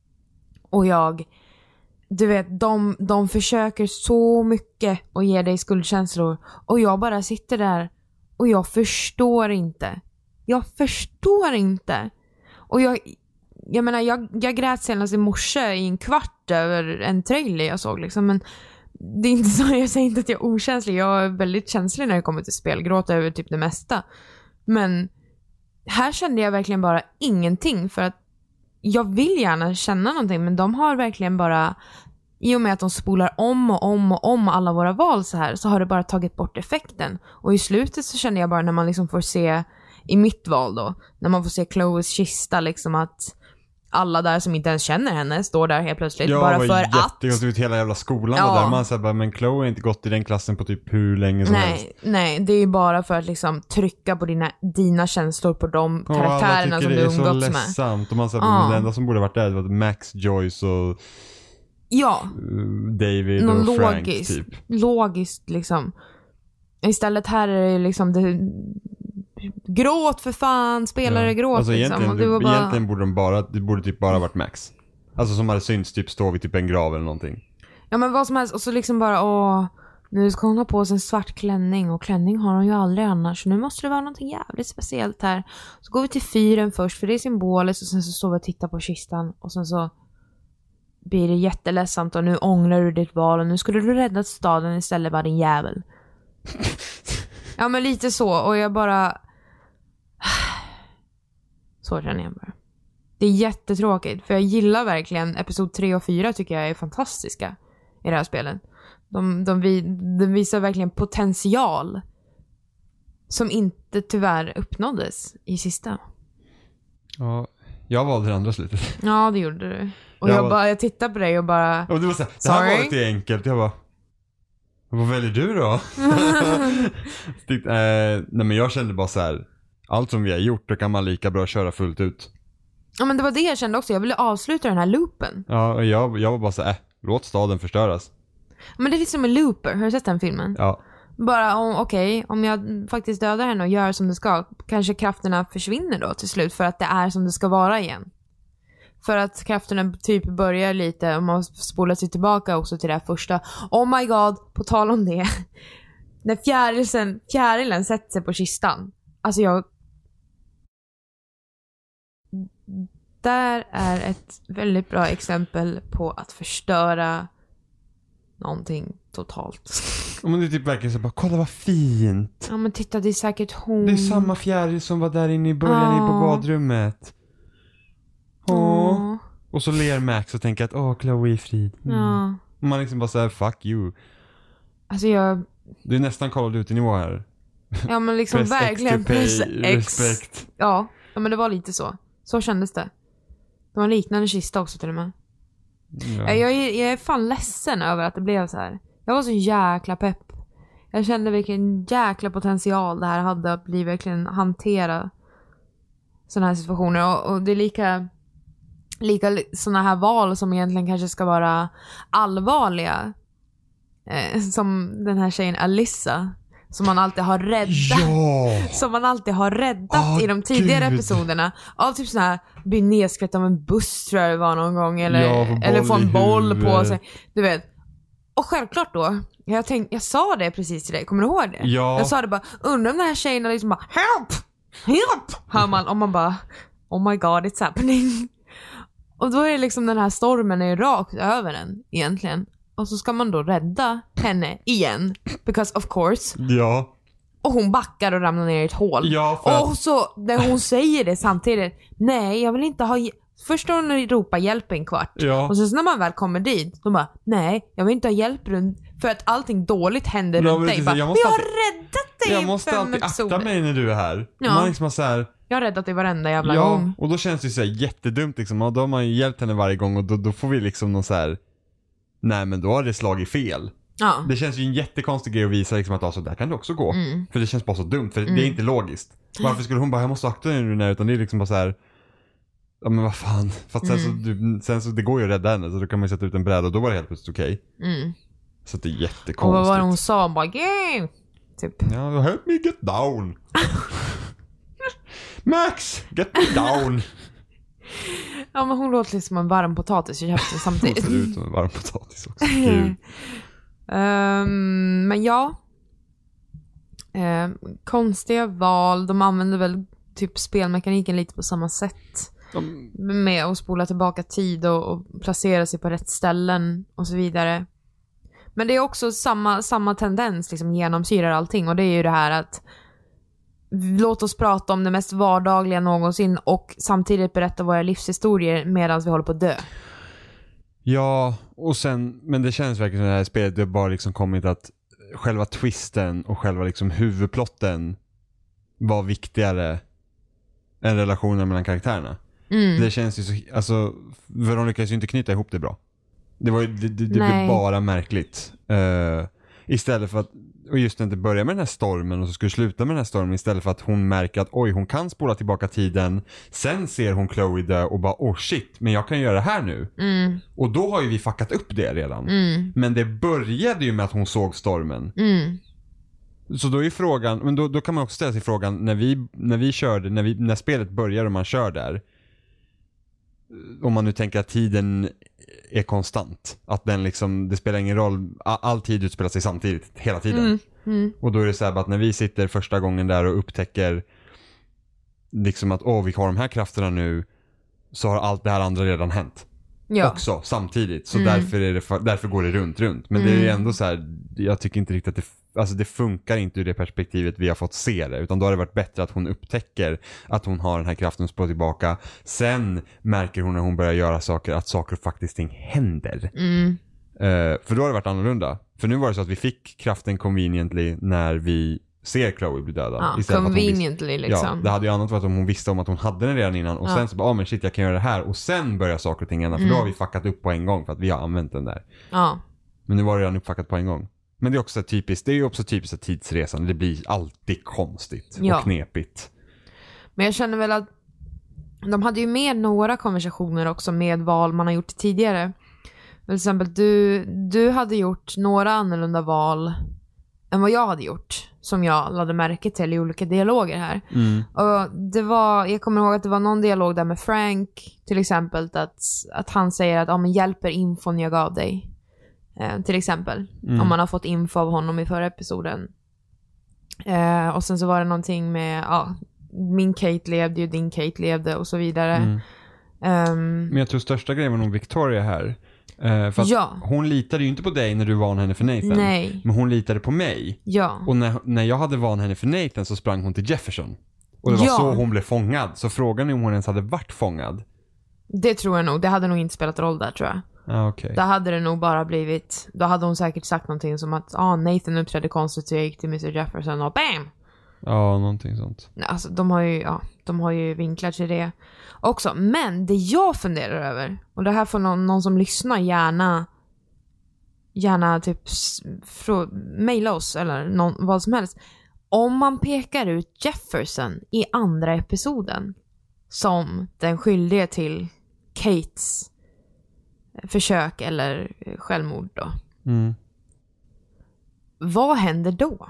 Och jag, du vet, de, de försöker så mycket att ge dig skuldkänslor och jag bara sitter där och jag förstår inte. Jag förstår inte. Och jag, jag menar, jag, jag grät senast i morse i en kvart över en trailer jag såg liksom, men det är inte så, jag säger inte att jag är okänslig. Jag är väldigt känslig när det kommer till spel. Gråter över typ det mesta. Men här kände jag verkligen bara ingenting. För att jag vill gärna känna någonting. Men de har verkligen bara, i och med att de spolar om och om och om alla våra val så här, så har det bara tagit bort effekten. Och i slutet så kände jag bara när man liksom får se, i mitt val då, när man får se Chloes kista liksom, att alla där som inte ens känner henne står där helt plötsligt ja, bara för att jättegott ut hela jävla skolan ja. och där man säger bara, men Chloe har inte gått i den klassen på typ hur länge som nej, helst. Nej, det är ju bara för att liksom trycka på dina, dina känslor på de och karaktärerna som du umgåtts med. det är så ledsamt. Och man säger, ja. men det enda som borde varit där var Max, Joyce och ja. David någon och Frank logiskt, typ. Logiskt liksom. Istället här är det liksom det, gråt för fan, spelare ja. gråt alltså, liksom. egentligen, Och det var bara... egentligen borde de bara, det borde typ bara varit Max. Alltså som hade synts typ stå vid typ en grav eller någonting. Ja men vad som helst. Och så liksom bara, åh, nu ska hon ha på sig en svart klänning. Och klänning har hon ju aldrig annars. Så nu måste det vara någonting jävligt speciellt här. Så går vi till fyren först, för det är symboliskt. Och sen så står vi och tittar på kistan. Och sen så blir det jätteledsamt. Och nu ångrar du ditt val. Och nu skulle du räddat staden istället, var din jävel. Ja men lite så. Och jag bara... Så känner jag bara. Det är jättetråkigt. För jag gillar verkligen episod tre och fyra, tycker jag är fantastiska i det här spelet. De, de, de visar verkligen potential som inte tyvärr uppnåddes i sista. Ja, jag valde det andra slutet. Ja, det gjorde du. Och jag jag, var... bara, jag tittar på dig och bara... Och det var så här, det här var lite enkelt. Jag bara... Vad väljer du då? Stick, eh, nej men jag kände bara så här. Allt som vi har gjort, då kan man lika bra köra fullt ut. Ja, men det var det jag kände också. Jag ville avsluta den här loopen. Ja, och jag, jag var bara så här, äh, låt staden förstöras. Men det är liksom en looper. Har du sett den filmen? Ja. Bara om, okej, okay, om jag faktiskt dödar henne och gör som det ska, kanske krafterna försvinner då till slut för att det är som det ska vara igen. För att krafterna typ börjar lite, om man spolar sig tillbaka också till det här första. Oh my god, på tal om det. När fjärilen, fjärilen sätter sig på kistan. Alltså jag... Där är ett väldigt bra exempel på att förstöra någonting totalt. Ja, men det är typ verkligen så bara, kolla vad fint. Ja men titta, det är säkert hon. Det är samma fjäril som var där inne i början ja. i på badrummet. Åh. Ja. Och så ler Max och tänker att åh, Chloe är frid. Mm. Ja. Och man liksom bara säger fuck you. Alltså jag... Det är nästan Call of Duty-nivå här. Ja men liksom press verkligen X to pay press X. respect. Ja. ja, men det var lite så. Så kändes det. Det var en liknande kista också till och med. Ja. Jag, är, jag är fan ledsen över att det blev så här. Jag var så jäkla pepp. Jag kände vilken jäkla potential det här hade att bli verkligen hantera sådana här situationer. Och, och det är lika, lika sådana här val som egentligen kanske ska vara allvarliga. Eh, som den här tjejen Alyssa. Som man alltid har räddat. Ja! Som man alltid har räddat oh, i de tidigare Gud. episoderna. Av typ sån här bli nedskrätt av en buss tror jag det var någon gång. Eller, ja, eller få en boll huvudet. på sig. Du vet. Och självklart då. Jag, tänk, jag sa det precis till dig. Kommer du ihåg det? Ja. Jag sa det bara. Undrar om den här tjejen liksom bara help! Help! Hör man. Och man bara oh my god it's happening. Och då är det liksom den här stormen är rakt över den egentligen. Och så ska man då rädda henne igen. Because of course. Ja. Och hon backar och ramlar ner i ett hål. Ja, för och att... så när hon säger det samtidigt. Nej, jag vill inte ha... Först då hon ropar hjälp en kvart. Ja. Och sen så när man väl kommer dit. Då bara, nej, jag vill inte ha hjälp runt... För att allting dåligt händer Ja, runt dig. Bara, jag, men jag har alltid... räddat dig jag i måste fem alltid episoder. akta mig när du är här. Ja. Man liksom så här... Jag har räddat dig varenda jävla ja, gång. och då känns det ju så här jättedumt liksom. Och då har man ju hjälpt henne varje gång. Och då, då får vi liksom någon så här... Nej, men då har det slagit fel. Ja. Det känns ju en jättekonstig grej att visa liksom att alltså, där kan det också gå. Mm. För det känns bara så dumt. För Mm. det är inte logiskt. Varför skulle hon bara, jag måste akta dig nu när, utan det är liksom bara så här. Ja men vad fan. För att sen, Mm. så, du, sen så, det går ju att rädda henne. Så då kan man ju sätta ut en bräda och då var det helt plötsligt okej. Okay. Mm. Så det är jättekonstigt. Och vad var det hon sa? Hon bara, yeah! Typ. Ja, help me get down. Max, get me down. Ja, men hon låter lite som en varm potatis i käften samtidigt. Hon ser ut som en varm potatis också. Gud. um, men ja. Um, konstiga val. De använder väl typ spelmekaniken lite på samma sätt. De... Med att spola tillbaka tid och, och placera sig på rätt ställen och så vidare. Men det är också samma, samma tendens liksom genomsyrar allting. Och det är ju det här att låt oss prata om det mest vardagliga någonsin och samtidigt berätta våra livshistorier medan vi håller på att dö. Ja, och sen, men det känns verkligen som det här spelet, det har bara liksom kommit att själva twisten och själva liksom huvudplotten var viktigare än relationen mellan karaktärerna. Mm. Det känns ju så, alltså, för de lyckades ju inte knyta ihop det bra. Det var ju, det, det, det blev bara märkligt. Uh, istället för att, och just när det börjar med den här stormen och så ska det sluta med den här stormen, istället för att hon märker att oj, hon kan spola tillbaka tiden, sen ser hon Chloe dö och bara oh shit, men jag kan göra det här nu. Mm. Och då har ju vi fuckat upp det redan. Mm. Men det började ju med att hon såg stormen. Mm. Så då är frågan, men då, då kan man också ställa sig frågan, när vi, när vi körde, när, vi, när spelet börjar och man kör där, om man nu tänker att tiden är konstant, att den liksom, det spelar ingen roll, all tid utspelar sig samtidigt hela tiden. Mm. Mm. Och då är det så här att när vi sitter första gången där och upptäcker liksom att åh, vi har de här krafterna nu, så har allt det här andra redan hänt. Ja. Också samtidigt, så mm. därför är det därför går det runt runt. Men mm. det är ändå så här, jag tycker inte riktigt att det, alltså det funkar inte ur det perspektivet vi har fått se det, utan då har det varit bättre att hon upptäcker att hon har den här kraften på tillbaka. Sen märker hon när hon börjar göra saker att saker faktiskt händer. Mm. Uh, för då har det varit annorlunda. För nu var det så att vi fick kraften conveniently när vi ser Chloe bli dödad. Ja, conveniently visste, liksom. Ja, det hade ju annat varit om hon visste om att hon hade den redan innan. Och ja. Sen så bara, ja ah, men shit, jag kan göra det här. Och sen börjar saker och ting hända. För mm. då har vi fuckat upp på en gång för att vi har använt den där. Ja. Men nu var det redan uppfackat på en gång. Men det är också typiskt, det är ju också typiskt att tidsresan, det blir alltid konstigt Ja. och knepigt. Men jag känner väl att de hade ju med några konversationer också med val man har gjort tidigare. Till exempel, du, du hade gjort några annorlunda val än vad jag hade gjort. Som jag lade märke till i olika dialoger här. Mm. Och det var, jag kommer ihåg att det var någon dialog där med Frank. Till exempel att, att han säger att ja, men hjälper infon jag gav dig. Eh, till exempel. Mm. Om man har fått info av honom i förra episoden. Eh, och sen så var det någonting med ja, min Kate levde ju, din Kate levde och så vidare. Mm. Um, Men jag tror största grejen var nog Victoria här. Uh, för att ja. hon litade ju inte på dig när du varnade henne för Nathan. Nej. Men hon litade på mig. Ja. Och när, när jag hade varnat henne för Nathan så sprang hon till Jefferson. Och det var Ja. så hon blev fångad. Så frågan är om hon ens hade varit fångad. Det tror jag nog. Det hade nog inte spelat roll där, tror jag. Ah, okay. Då hade det nog bara blivit... Då hade hon säkert sagt någonting som att ah, Nathan uppträdde konstigt så jag gick till mister Jefferson och BAM! Ja, någonting sånt. Alltså, de har ju, ja, de har ju vinklar till det också. Men det jag funderar över, och det här får någon, någon som lyssnar gärna gärna typ frå, mejla oss eller någon, vad som helst. Om man pekar ut Jefferson i andra episoden som den skyldige till Kates försök eller självmord då. Mm. Vad händer då?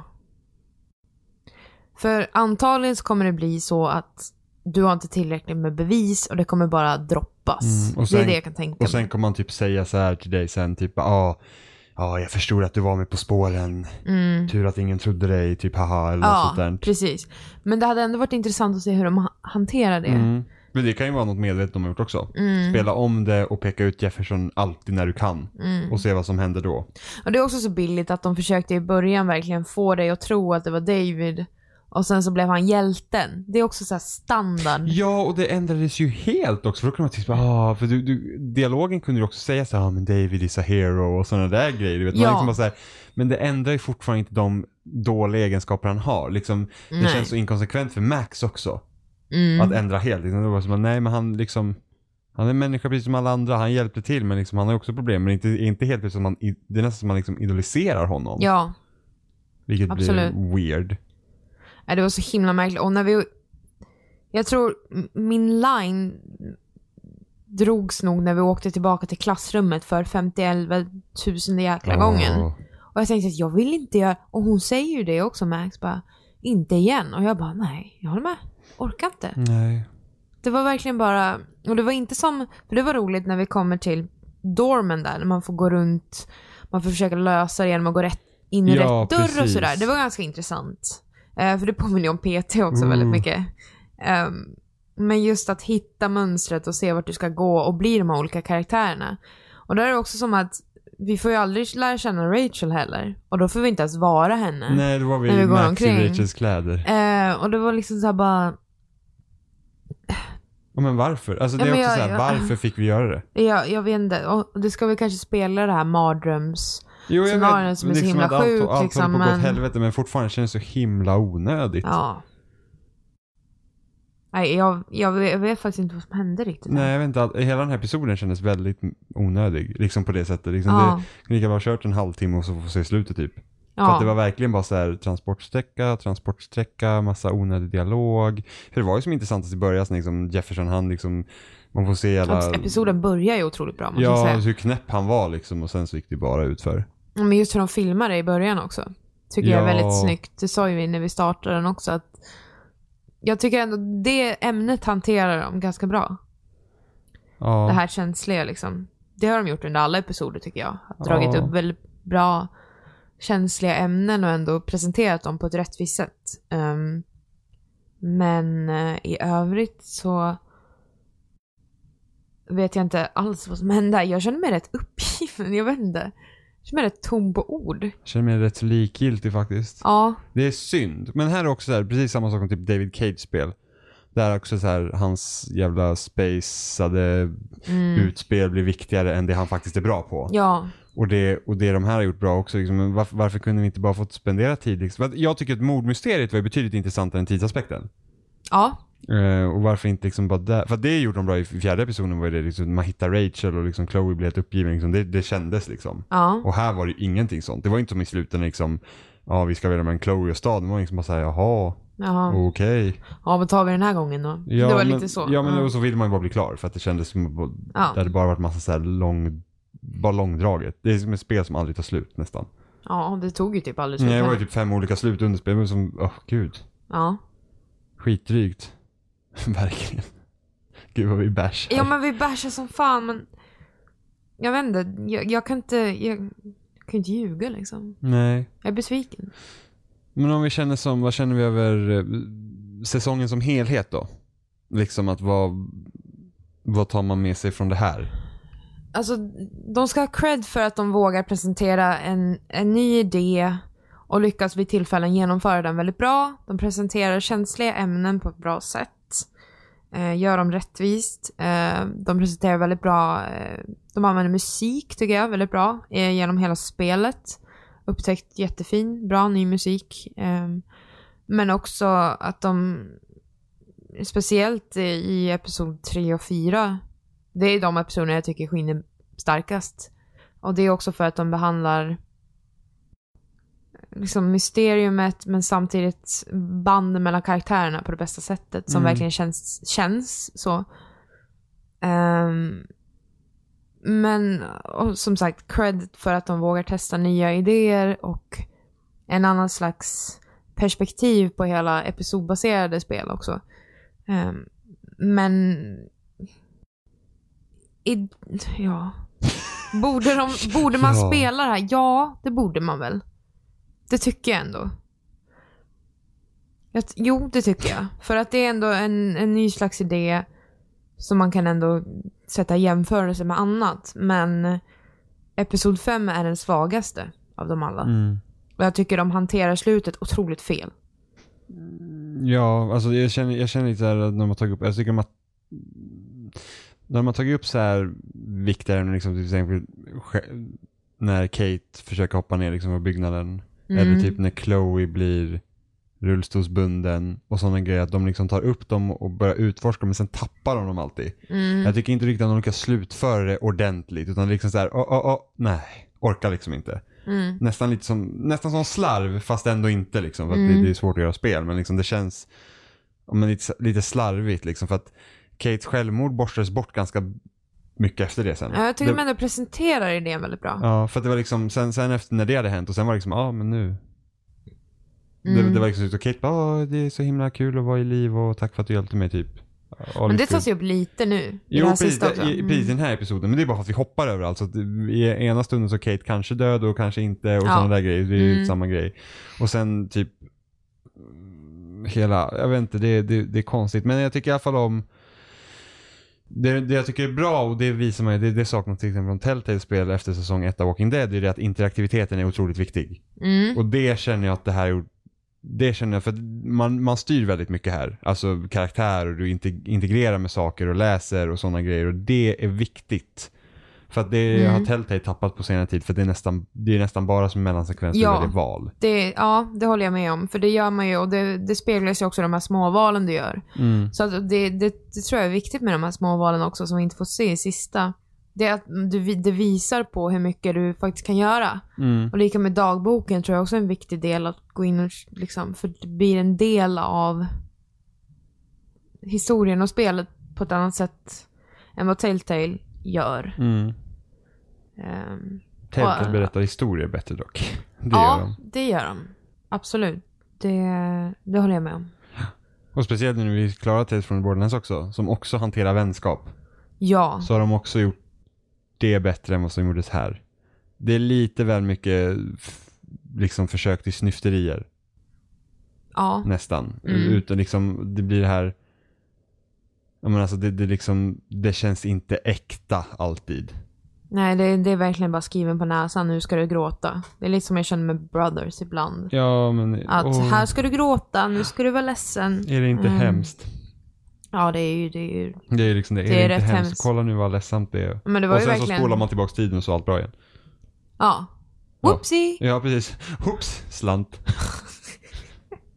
För antagligen så kommer det bli så att du har inte tillräckligt med bevis och det kommer bara droppas. Mm, och sen, det är det jag kan tänka Och sen mig. kommer man typ säga så här till dig sen typ, ja, ah, ah, jag förstod att du var med på spåren. Mm. Tur att ingen trodde dig, typ haha eller något sånt Ja, där. precis. Men det hade ändå varit intressant att se hur de ha- hanterar det. Mm. Men det kan ju vara något medvetet de har gjort också. Mm. Spela om det och peka ut Jefferson alltid när du kan. Mm. Och se vad som händer då. Och det är också så billigt att de försökte i början verkligen få dig att tro att det var David. Och sen så blev han hjälten. Det är också så här standard. Ja, och det ändrades ju helt också. För då kunde man tycka, ah, för du, du, dialogen kunde ju också säga så här, ah, men David is a hero och sådana där grejer. Du vet, Ja. man liksom bara så här, men det ändrar ju fortfarande inte de dåliga egenskaper han har. Liksom, det Nej. känns så inkonsekvent för Max också. Mm. Att ändra helt. Liksom, det var som, nej, men han liksom, han är en människa precis som alla andra. Han hjälpte till, men liksom, han har också problem. Men inte, inte helt som man, det är nästan som man liksom idoliserar honom. Ja. Vilket absolut. blir weird. Nej, det var så himla märkligt. Och när vi... Jag tror min line drogs nog när vi åkte tillbaka till klassrummet för femtioelva tusen jäkla gången. Åh. Och jag tänkte att jag vill inte göra... Och hon säger ju det också, Max, bara inte igen. Och jag bara, nej, jag håller med. Orkar inte. Nej. Det var verkligen bara... Och det var inte som... För det var roligt när vi kommer till dormen där. När man får gå runt... Man får försöka lösa det genom att gå rätt in i Ja, rätt dörr precis. och sådär. Det var ganska intressant. Uh, för det påminner om P T också Mm. väldigt mycket. Um, men just att hitta mönstret och se vart du ska gå och bli de här olika karaktärerna. Och där är det också som att vi får ju aldrig lära känna Rachel heller. Och då får vi inte ens vara henne. Nej, det var vi, När vi går Max omkring. i Rachels kläder. Uh, och det var liksom så här bara... Ja, men varför? Alltså det Ja, är men också jag- så här, jag- varför fick vi göra det? Ja, jag vet inte. Och det ska vi kanske spela det här mardröms... Jo, jag Scenarien vet, som är så liksom himla att sjuk, allt, allt liksom, håller på att gå åt men- helvete, men fortfarande känns det så himla onödigt. Ja. Nej, jag, jag, vet, jag vet faktiskt inte vad som hände riktigt. Nej, jag vet inte, all, hela den här episoden kändes väldigt onödig, liksom på det sättet. Liksom Ja. Det kan lika väl ha kört en halvtimme och så få se slutet typ. Ja. För att det var verkligen bara så här transportsträcka, transportsträcka, massa onödig dialog. För det var ju som intressantast i början, liksom Jefferson, han liksom, man får se alla... Episoden börjar ju otroligt bra, man kan Ja, säga. hur knäpp han var liksom, och sen så gick det bara ut för. Men just hur de filmar det i början också. Tycker Ja. jag är väldigt snyggt. Det sa ju vi när vi startade den också. Att jag tycker ändå det ämnet hanterar de ganska bra. Ja. Det här känsliga liksom. Det har de gjort under alla episoder tycker jag. Har dragit Ja. upp väldigt bra känsliga ämnen och ändå presenterat dem på ett rättvist sätt. Um, men uh, i övrigt så vet jag inte alls vad som hände. Jag känner mig rätt uppgiven, jag vet inte. Jag känner mig rätt tom på ord. Jag känner mig rätt så likgiltig faktiskt. Ja. Det är synd. Men här är också så här, precis samma sak som typ David Cage spel. Där är också så här, hans jävla spacade Mm. utspel blir viktigare än det han faktiskt är bra på. Ja. Och det, och det de här har gjort bra också. Liksom, men varför, varför kunde vi inte bara fått spendera tid? Liksom? För att jag tycker att mordmysteriet var betydligt intressantare än tidsaspekten. Ja. Uh, och varför inte liksom bara där? För det gjorde de bra i fjärde episoden, var det liksom, man hittar Rachel och liksom Chloe blev helt uppgiven liksom. det, det kändes liksom. Ja. Och här var det ingenting sånt. Det var inte som i slutet liksom, ja vi ska välja mellan Chloe och staden. Det var liksom bara såhär, jaha, jaha. okej okay. Ja, vad tar vi den här gången då? Ja, det var men, lite så. Ja men ja. och så vill man ju bara bli klar. För att det kändes som ja. det hade bara varit massa så här lång, bara långdraget. Det är som ett spel som aldrig tar slut nästan. Ja, det tog ju typ aldrig slut. Nej, det var ju typ fem olika slut under spel. Men som, åh oh, gud. Ja. Skitdrygt. Verkligen. Gud vad vi bashar. Ja men vi bashar som fan, men jag vet inte, jag, jag kan inte jag, jag kan inte ljuga liksom. Nej. Jag är besviken. Men om vi känner som, vad känner vi över eh, säsongen som helhet då? Liksom att vad vad tar man med sig från det här? Alltså, de ska ha cred för att de vågar presentera en, en ny idé och lyckas vid tillfällen genomföra den väldigt bra. De presenterar känsliga ämnen på ett bra sätt. Eh, gör dem rättvist. Eh, de presenterar väldigt bra, eh, de använder musik tycker jag väldigt bra eh, genom hela spelet. Upptäckt jättefin, bra ny musik. Eh, men också att de, speciellt i episod tre och fyra, det är de episoder jag tycker skiner starkast. Och det är också för att de behandlar liksom mysteriumet men samtidigt banden mellan karaktärerna på det bästa sättet som mm. verkligen känns, känns så. Um, men och som sagt, cred för att de vågar testa nya idéer och en annan slags perspektiv på hela episodbaserade spel också. Um, men I, ja. Borde, de, borde man ja. spela det här? Ja, det borde man väl. Det tycker jag ändå. Jag, jo, det tycker jag. För att det är ändå en, en ny slags idé som man kan ändå sätta jämförelse med annat. Men episod fem är den svagaste av dem alla. Mm. Och jag tycker de hanterar slutet otroligt fel. Ja, alltså jag känner, jag känner lite så här när man tagit upp, jag tycker att när man tagit upp så här viktigare liksom, till exempel när Kate försöker hoppa ner liksom på byggnaden mm. eller typ när Chloe blir rullstolsbunden och sådana grejer, att de liksom tar upp dem och börjar utforska men sen tappar de dem alltid. Mm. Jag tycker inte riktigt att de lyckas slutföra det ordentligt utan liksom så här, åh, åh, åh, nej, orkar liksom inte. Mm. Nästan lite som nästan som slarv fast ändå inte liksom, för att mm. det, det är svårt att göra spel men liksom det känns men lite, lite slarvigt liksom, för att Kates självmord borstades bort ganska mycket efter det sen. Ja, jag tycker det, man ändå presenterar idén väldigt bra. Ja, för att det var liksom sen, sen efter när det hade hänt och sen var det liksom, ja ah, men nu mm. det, det var liksom så Kate bara, ah, det är så himla kul att vara i liv och tack för att du hjälpte mig typ. Ja, men det tas ju upp lite nu i jo, den precis, sista i, precis i den här episoden, men det är bara för att vi hoppar över alltså att i ena stunden så Kate kanske död och kanske inte och ja. sådana där grejer, det är ju mm. samma grej. Och sen typ hela, jag vet inte, det, det, det är konstigt, men jag tycker i alla fall om Det, det jag tycker är bra och det visar mig, det, det saknas till exempel från Telltale-spel efter säsong ett av Walking Dead, det är det att interaktiviteten är otroligt viktig. Mm. Och det känner jag att det här, det känner jag för att man, man styr väldigt mycket här. Alltså karaktär och du integrerar med saker och läser och sådana grejer och det är viktigt. För att det mm. har Telltale tappat på senare tid för det är nästan, det är nästan bara som mellansekvens ja, väldigt val. Det, ja, det håller jag med om. För det gör man ju och det, det speglar sig också de här småvalen du gör. Mm. Så att det, det, det tror jag är viktigt med de här småvalen också som vi inte får se i sista. Det är att du, det visar på hur mycket du faktiskt kan göra. Mm. Och lika med dagboken tror jag också är en viktig del att gå in och liksom, för det blir en del av historien och spelet på ett annat sätt än vad Telltale gör. Mm. Um, Telltale berättar historier bättre dock. Det ja, gör de. det gör de. Absolut. Det, det håller jag med om. Och speciellt när vi klarar Tales from the Borderlands också, som också hanterar vänskap. Ja. Så har de också gjort det bättre än vad som gjordes här. Det är lite väl mycket f- liksom försök till snyfterier. Ja. Nästan. Mm. Utan liksom, det blir det här jag menar alltså det, det liksom det känns inte äkta alltid. Nej, det, det är verkligen bara skriven på näsan. Nu ska du gråta. Det är lite som jag känner med Brothers ibland. Ja, men att åh. här ska du gråta, nu ska du vara ledsen. Är det inte mm. hemskt? Ja, det är ju det är ju Det är liksom det. Är det, det är inte rätt hemskt? hemskt. Kolla nu vad ledsamt det är. Men det var och ju sen verkligen... så spolar man tillbaka tiden och så allt bra igen. Ja. Whoopsie. Ja, ja precis. Hoops, slant.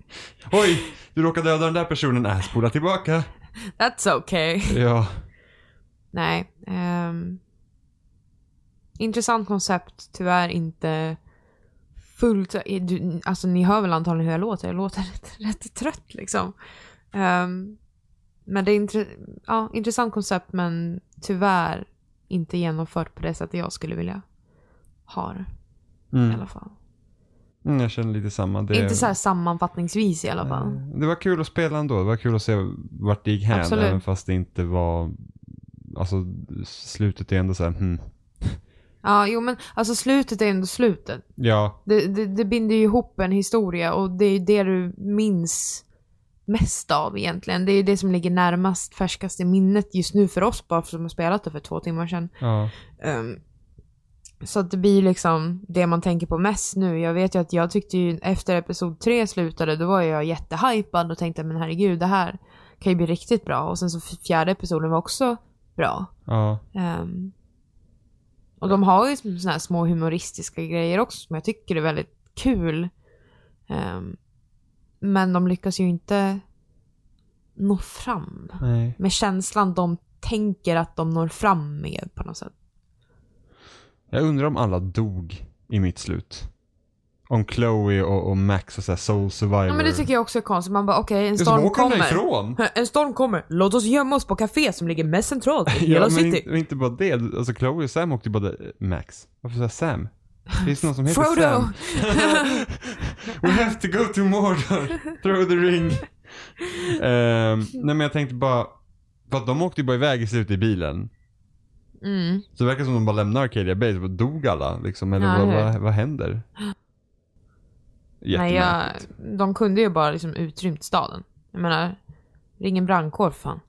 Oj, du råkar döda den där personen. Äh, spola tillbaka. That's okay. Ja. Nej. Um, intressant koncept. Tyvärr inte fullt... Du, alltså ni hör väl antagligen hur jag låter. Jag låter rätt, rätt trött liksom. Um, men det är intre, ja, intressant koncept, men tyvärr inte genomfört på det sättet jag skulle vilja ha det. Mm. I alla fall. Mm, jag känner lite samma. Det... Inte så här sammanfattningsvis i alla fall. Det var kul att spela ändå. Det var kul att se vart det gick här. Absolut. Även fast det inte var... Alltså slutet är ändå så här... Hmm. Ja, jo men alltså slutet är ändå slutet. Ja. Det, det, det binder ju ihop en historia och det är det du minns mest av egentligen. Det är det som ligger närmast färskast i minnet just nu för oss, bara för som har spelat det för två timmar sedan. Ja. Um, så att det blir liksom det man tänker på mest nu. Jag vet ju att jag tyckte ju efter episod tre slutade, då var jag jättehypad och tänkte, men herregud, det här kan ju bli riktigt bra. Och sen så fjärde episoden var också bra. Ja. Um, och de har ju såna här små humoristiska grejer också som jag tycker är väldigt kul. Um, men de lyckas ju inte nå fram. Nej. Med känslan de tänker att de når fram med på något sätt. Jag undrar om alla dog i mitt slut. Om Chloe och, och Max och så här Soul Survivor. Ja, men det tycker jag också är konstigt. Man bara, okej, okay, en det storm kommer. Ifrån. En storm kommer. Låt oss gömma oss på café som ligger mest centralt i hela ja, city. Men inte, inte bara det. Alltså Chloe och Sam åkte bara Max. Varför säger Sam? Det är någon som heter Frodo. Sam. We have to go to Mordor. Throw the ring. um, nej men jag tänkte bara, för att de åkte ju bara iväg i slutet i bilen. Mm. Så det verkar som de bara lämnar Arcadia Base och dog alla liksom, eller ja, vad, vad, vad händer? Nej, jag, de kunde ju bara liksom utrymt staden. Jag menar, ring en brandkår fan.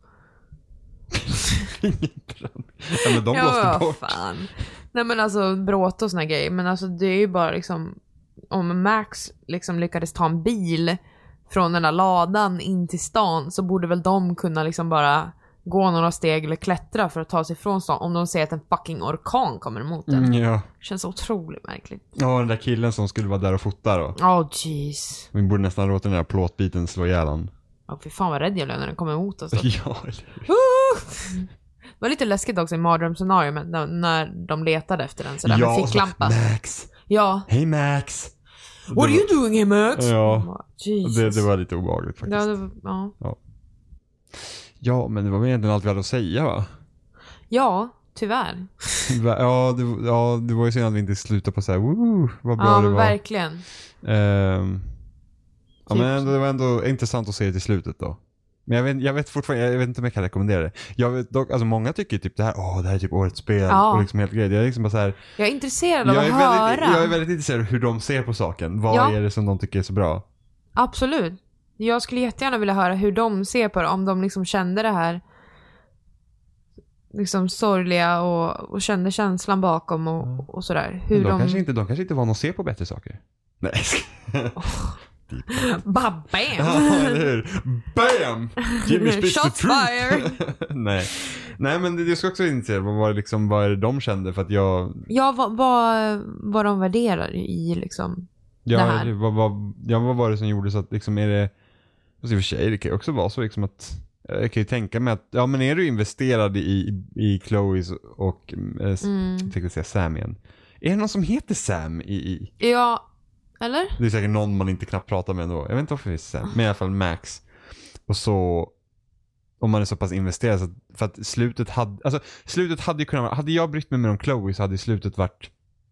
Ingen brand. Ja, men de ja, blåste bort. Fan. Nej men alltså bråt och såna grejer, men alltså det är ju bara liksom, om Max liksom lyckades ta en bil från den där ladan in till stan, så borde väl de kunna liksom bara gå några steg eller klättra för att ta sig från stan om de ser att en fucking orkan kommer emot den. Mm, ja. Känns otroligt märkligt. Ja, den där killen som skulle vara där och fota då. Åh, oh, jeez. Vi borde nästan låta den där plåtbiten slå ihjäl han. Ja, oh, fy fan vad rädd jag blev när den kom emot oss. Ja, eller hur? Det var lite läskigt också i mardrömsscenariot när, när de letade efter den sådär ja, med ficklampa. Max. Ja. Hej Max. What det are var... you doing here Max? Ja, det, det var lite obehagligt faktiskt. Ja, det var, ja. ja. Ja, men det var väl egentligen allt vi hade att säga, va? Ja, tyvärr. ja, det, ja, det var ju synd att vi inte slutade på så här, woo, vad bra ja, det var. Verkligen. Um, ja, men det var ändå intressant att se det till slutet då. Men jag vet, jag vet fortfarande, jag vet inte om jag kan rekommendera det. Jag vet dock, alltså många tycker typ det här, åh, det här är typ årets spel ja. och liksom helt grejer. Jag är liksom bara så här, jag är intresserad av jag att är höra. Väldigt, jag är väldigt intresserad av hur de ser på saken. Vad ja. är det som de tycker är så bra? Absolut. Jag skulle jättegärna vilja höra hur de ser på det, om de liksom kände det här liksom sorgliga och, och kände känslan bakom och, och sådär. Hur de, de... Kanske inte, de kanske inte var någon att se på bättre saker. Nej. Oh. Ba bam! Ja, eller hur? Bam! Jimmy speaks the truth. Nej. Nej, men jag ska också inse vad var liksom, vad är det de kände, för att jag... Ja, vad, vad, vad de värderar i liksom ja, det här. Vad, vad, ja, vad var det som gjorde så att liksom är det... Alltså, i och för sig, det kan också vara så liksom att... Jag kan ju tänka mig att, ja men är du investerad i, i, i Chloes och äh, mm. jag tänkte säga Sam igen. Är det någon som heter Sam i, i? Ja, eller? Det är säkert någon man inte knappt pratar med ändå. Jag vet inte varför det är Sam, men i alla fall Max. Och så, om man är så pass investerad så att, för att slutet hade, alltså slutet hade ju kunnat, hade jag brytt mig med om Chloe så hade slutet varit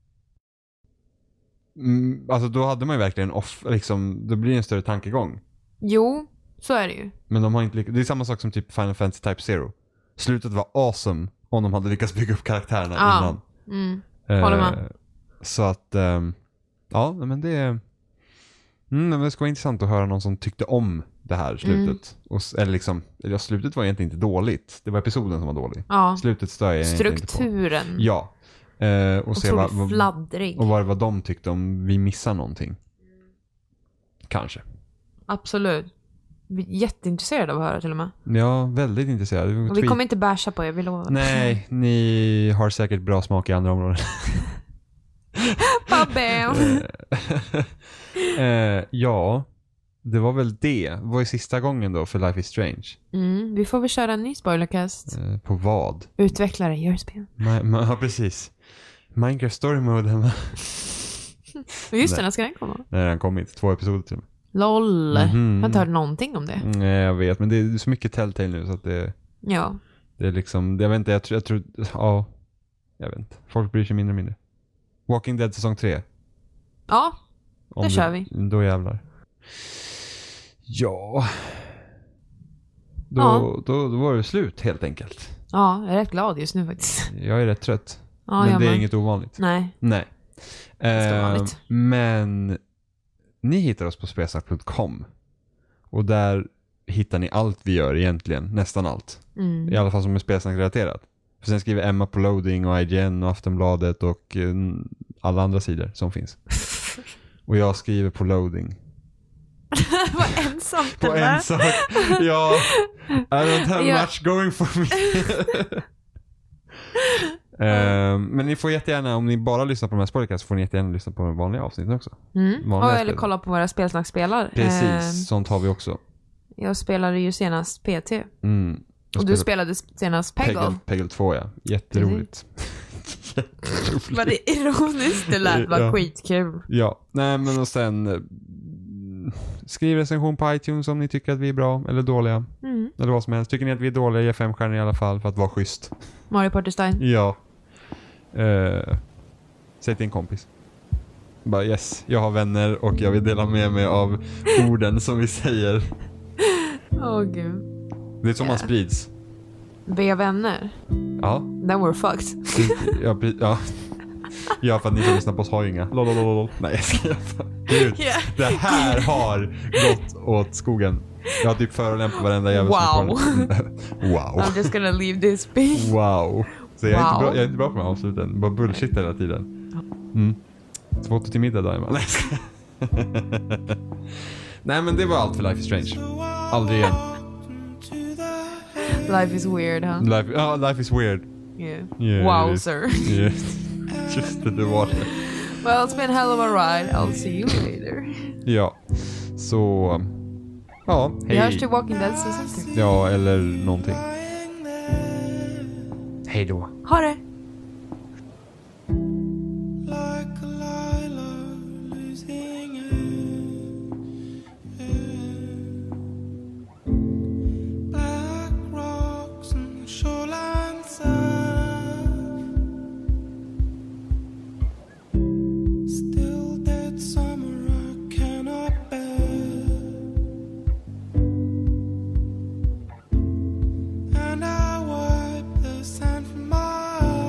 mm, alltså då hade man ju verkligen off, liksom, då blir det en större tankegång. Jo. Så är det ju. Men de har inte lyckats. Det är samma sak som typ Final Fantasy Type Zero. Slutet var awesome om de hade lyckats bygga upp karaktärerna ah. innan. Mm. Håller med. Eh, så att um, ja, men det är mm, det ska vara intressant att höra någon som tyckte om det här slutet. Mm. Och, eller liksom, eller slutet var egentligen inte dåligt. Det var episoden som var dålig. Ja. Slutet stör jag strukturen. Inte på. Ja. Eh, och se vad, vad, fladdrig. och vad, vad de tyckte om vi missar någonting. Kanske. Absolut. Vi är jätteintresserade av att höra till och med. Ja, väldigt intresserade. Och vi kommer inte basha på er, vi lovar. Nej, ni har säkert bra smak i andra områden. Babbe! eh, ja. det var väl det. Det var ju sista gången då för Life is Strange. Mm, vi får väl köra en ny spoilercast. Eh, på vad? Utvecklare, gör spel. Ma- ma- ja, precis. Minecraft Story Mode hemma. Just det, när ska den komma? Nej, den har kommit. Två episoder till och med. Loll. Mm-hmm. Jag har inte hört någonting om det. Nej, jag vet. Men det är så mycket Telltale nu så att det, Ja. det är liksom... Jag vet inte, jag tror... Jag tror ja, jag vet inte. Folk bryr sig mindre och mindre. Walking Dead säsong tre. Ja, Om det kör vi. Då jävlar. Ja. Då, Ja. Då, då var det slut helt enkelt. Ja, jag är rätt glad just nu faktiskt. Jag är rätt trött. Ja, men jag det är med. inget ovanligt. Nej. Nej. Ganska Eh, vanligt. men ni hittar oss på spelsnack punkt com. Och där hittar ni allt vi gör egentligen. Nästan allt. Mm. I alla fall som är spelsnack-relaterat. För sen skriver Emma på Loading och I G N och Aftonbladet och eh, alla andra sidor som finns. Och jag skriver på Loading. Vad ensamt På det där. en sak. Ja. I don't have Ja. much going for me. uh, men ni får jättegärna, om ni bara lyssnar på de här spoilercast så får ni jättegärna lyssna på de vanliga avsnitten också. Mm. Vanliga Och, eller spel. kolla på våra spelsnackspelare. Precis, Eh, sånt har vi också. jag spelade ju senast P T. Mm. Jag Och du spelar spelade senast Peggle. Peggle, Peggle två, ja. Jätteroligt. Jätteroligt. Var det ironiskt? Det lät bara Ja. skitkul. Ja, nej men och sen eh, skriv recension på iTunes om ni tycker att vi är bra eller dåliga. Mm. Eller vad som helst. Tycker ni att vi är dåliga, ge fem stjärnor i alla fall för att vara schysst. Mario Party Style. Ja. Uh, säg till en kompis. Bara yes, jag har vänner och jag vill dela med mig av orden som vi säger. Åh oh, gud. Det är så Yeah. man sprids. Be vänner. Ja. Then we're fucked. Ja, pre- ja. Ja, för att ni som lyssnar på oss har ju inga. Lolololol. Nej, jag ska bara. Gud, Yeah. det här har gått åt skogen. Jag har typ förolämpat varenda jävel Wow. som är kvar. Wow. I'm just gonna leave this be. Wow. Så jag är, Wow. inte bra, jag är inte bra på de här avsluten. Bara bullshit hela tiden. Mm. Foto till middag då, Emma. Nej, jag ska- Nej, men det var allt för Life is Strange. Aldrig igen. Life is weird, huh? Life, ja, life is weird. Yeah. Yeah, Wow, it is. sir. Yeah. Just det, det var det. Well, it's been a hell of a ride. I'll see you later. Ja. Så... Ja, Vi hej. hörs till Walking Dead season tre. Ja, eller någonting. Hej då. Ha det! Like a lilac losing it. Black rocks and shoreline sand. Still dead summer I cannot bear. And I wipe the sand from my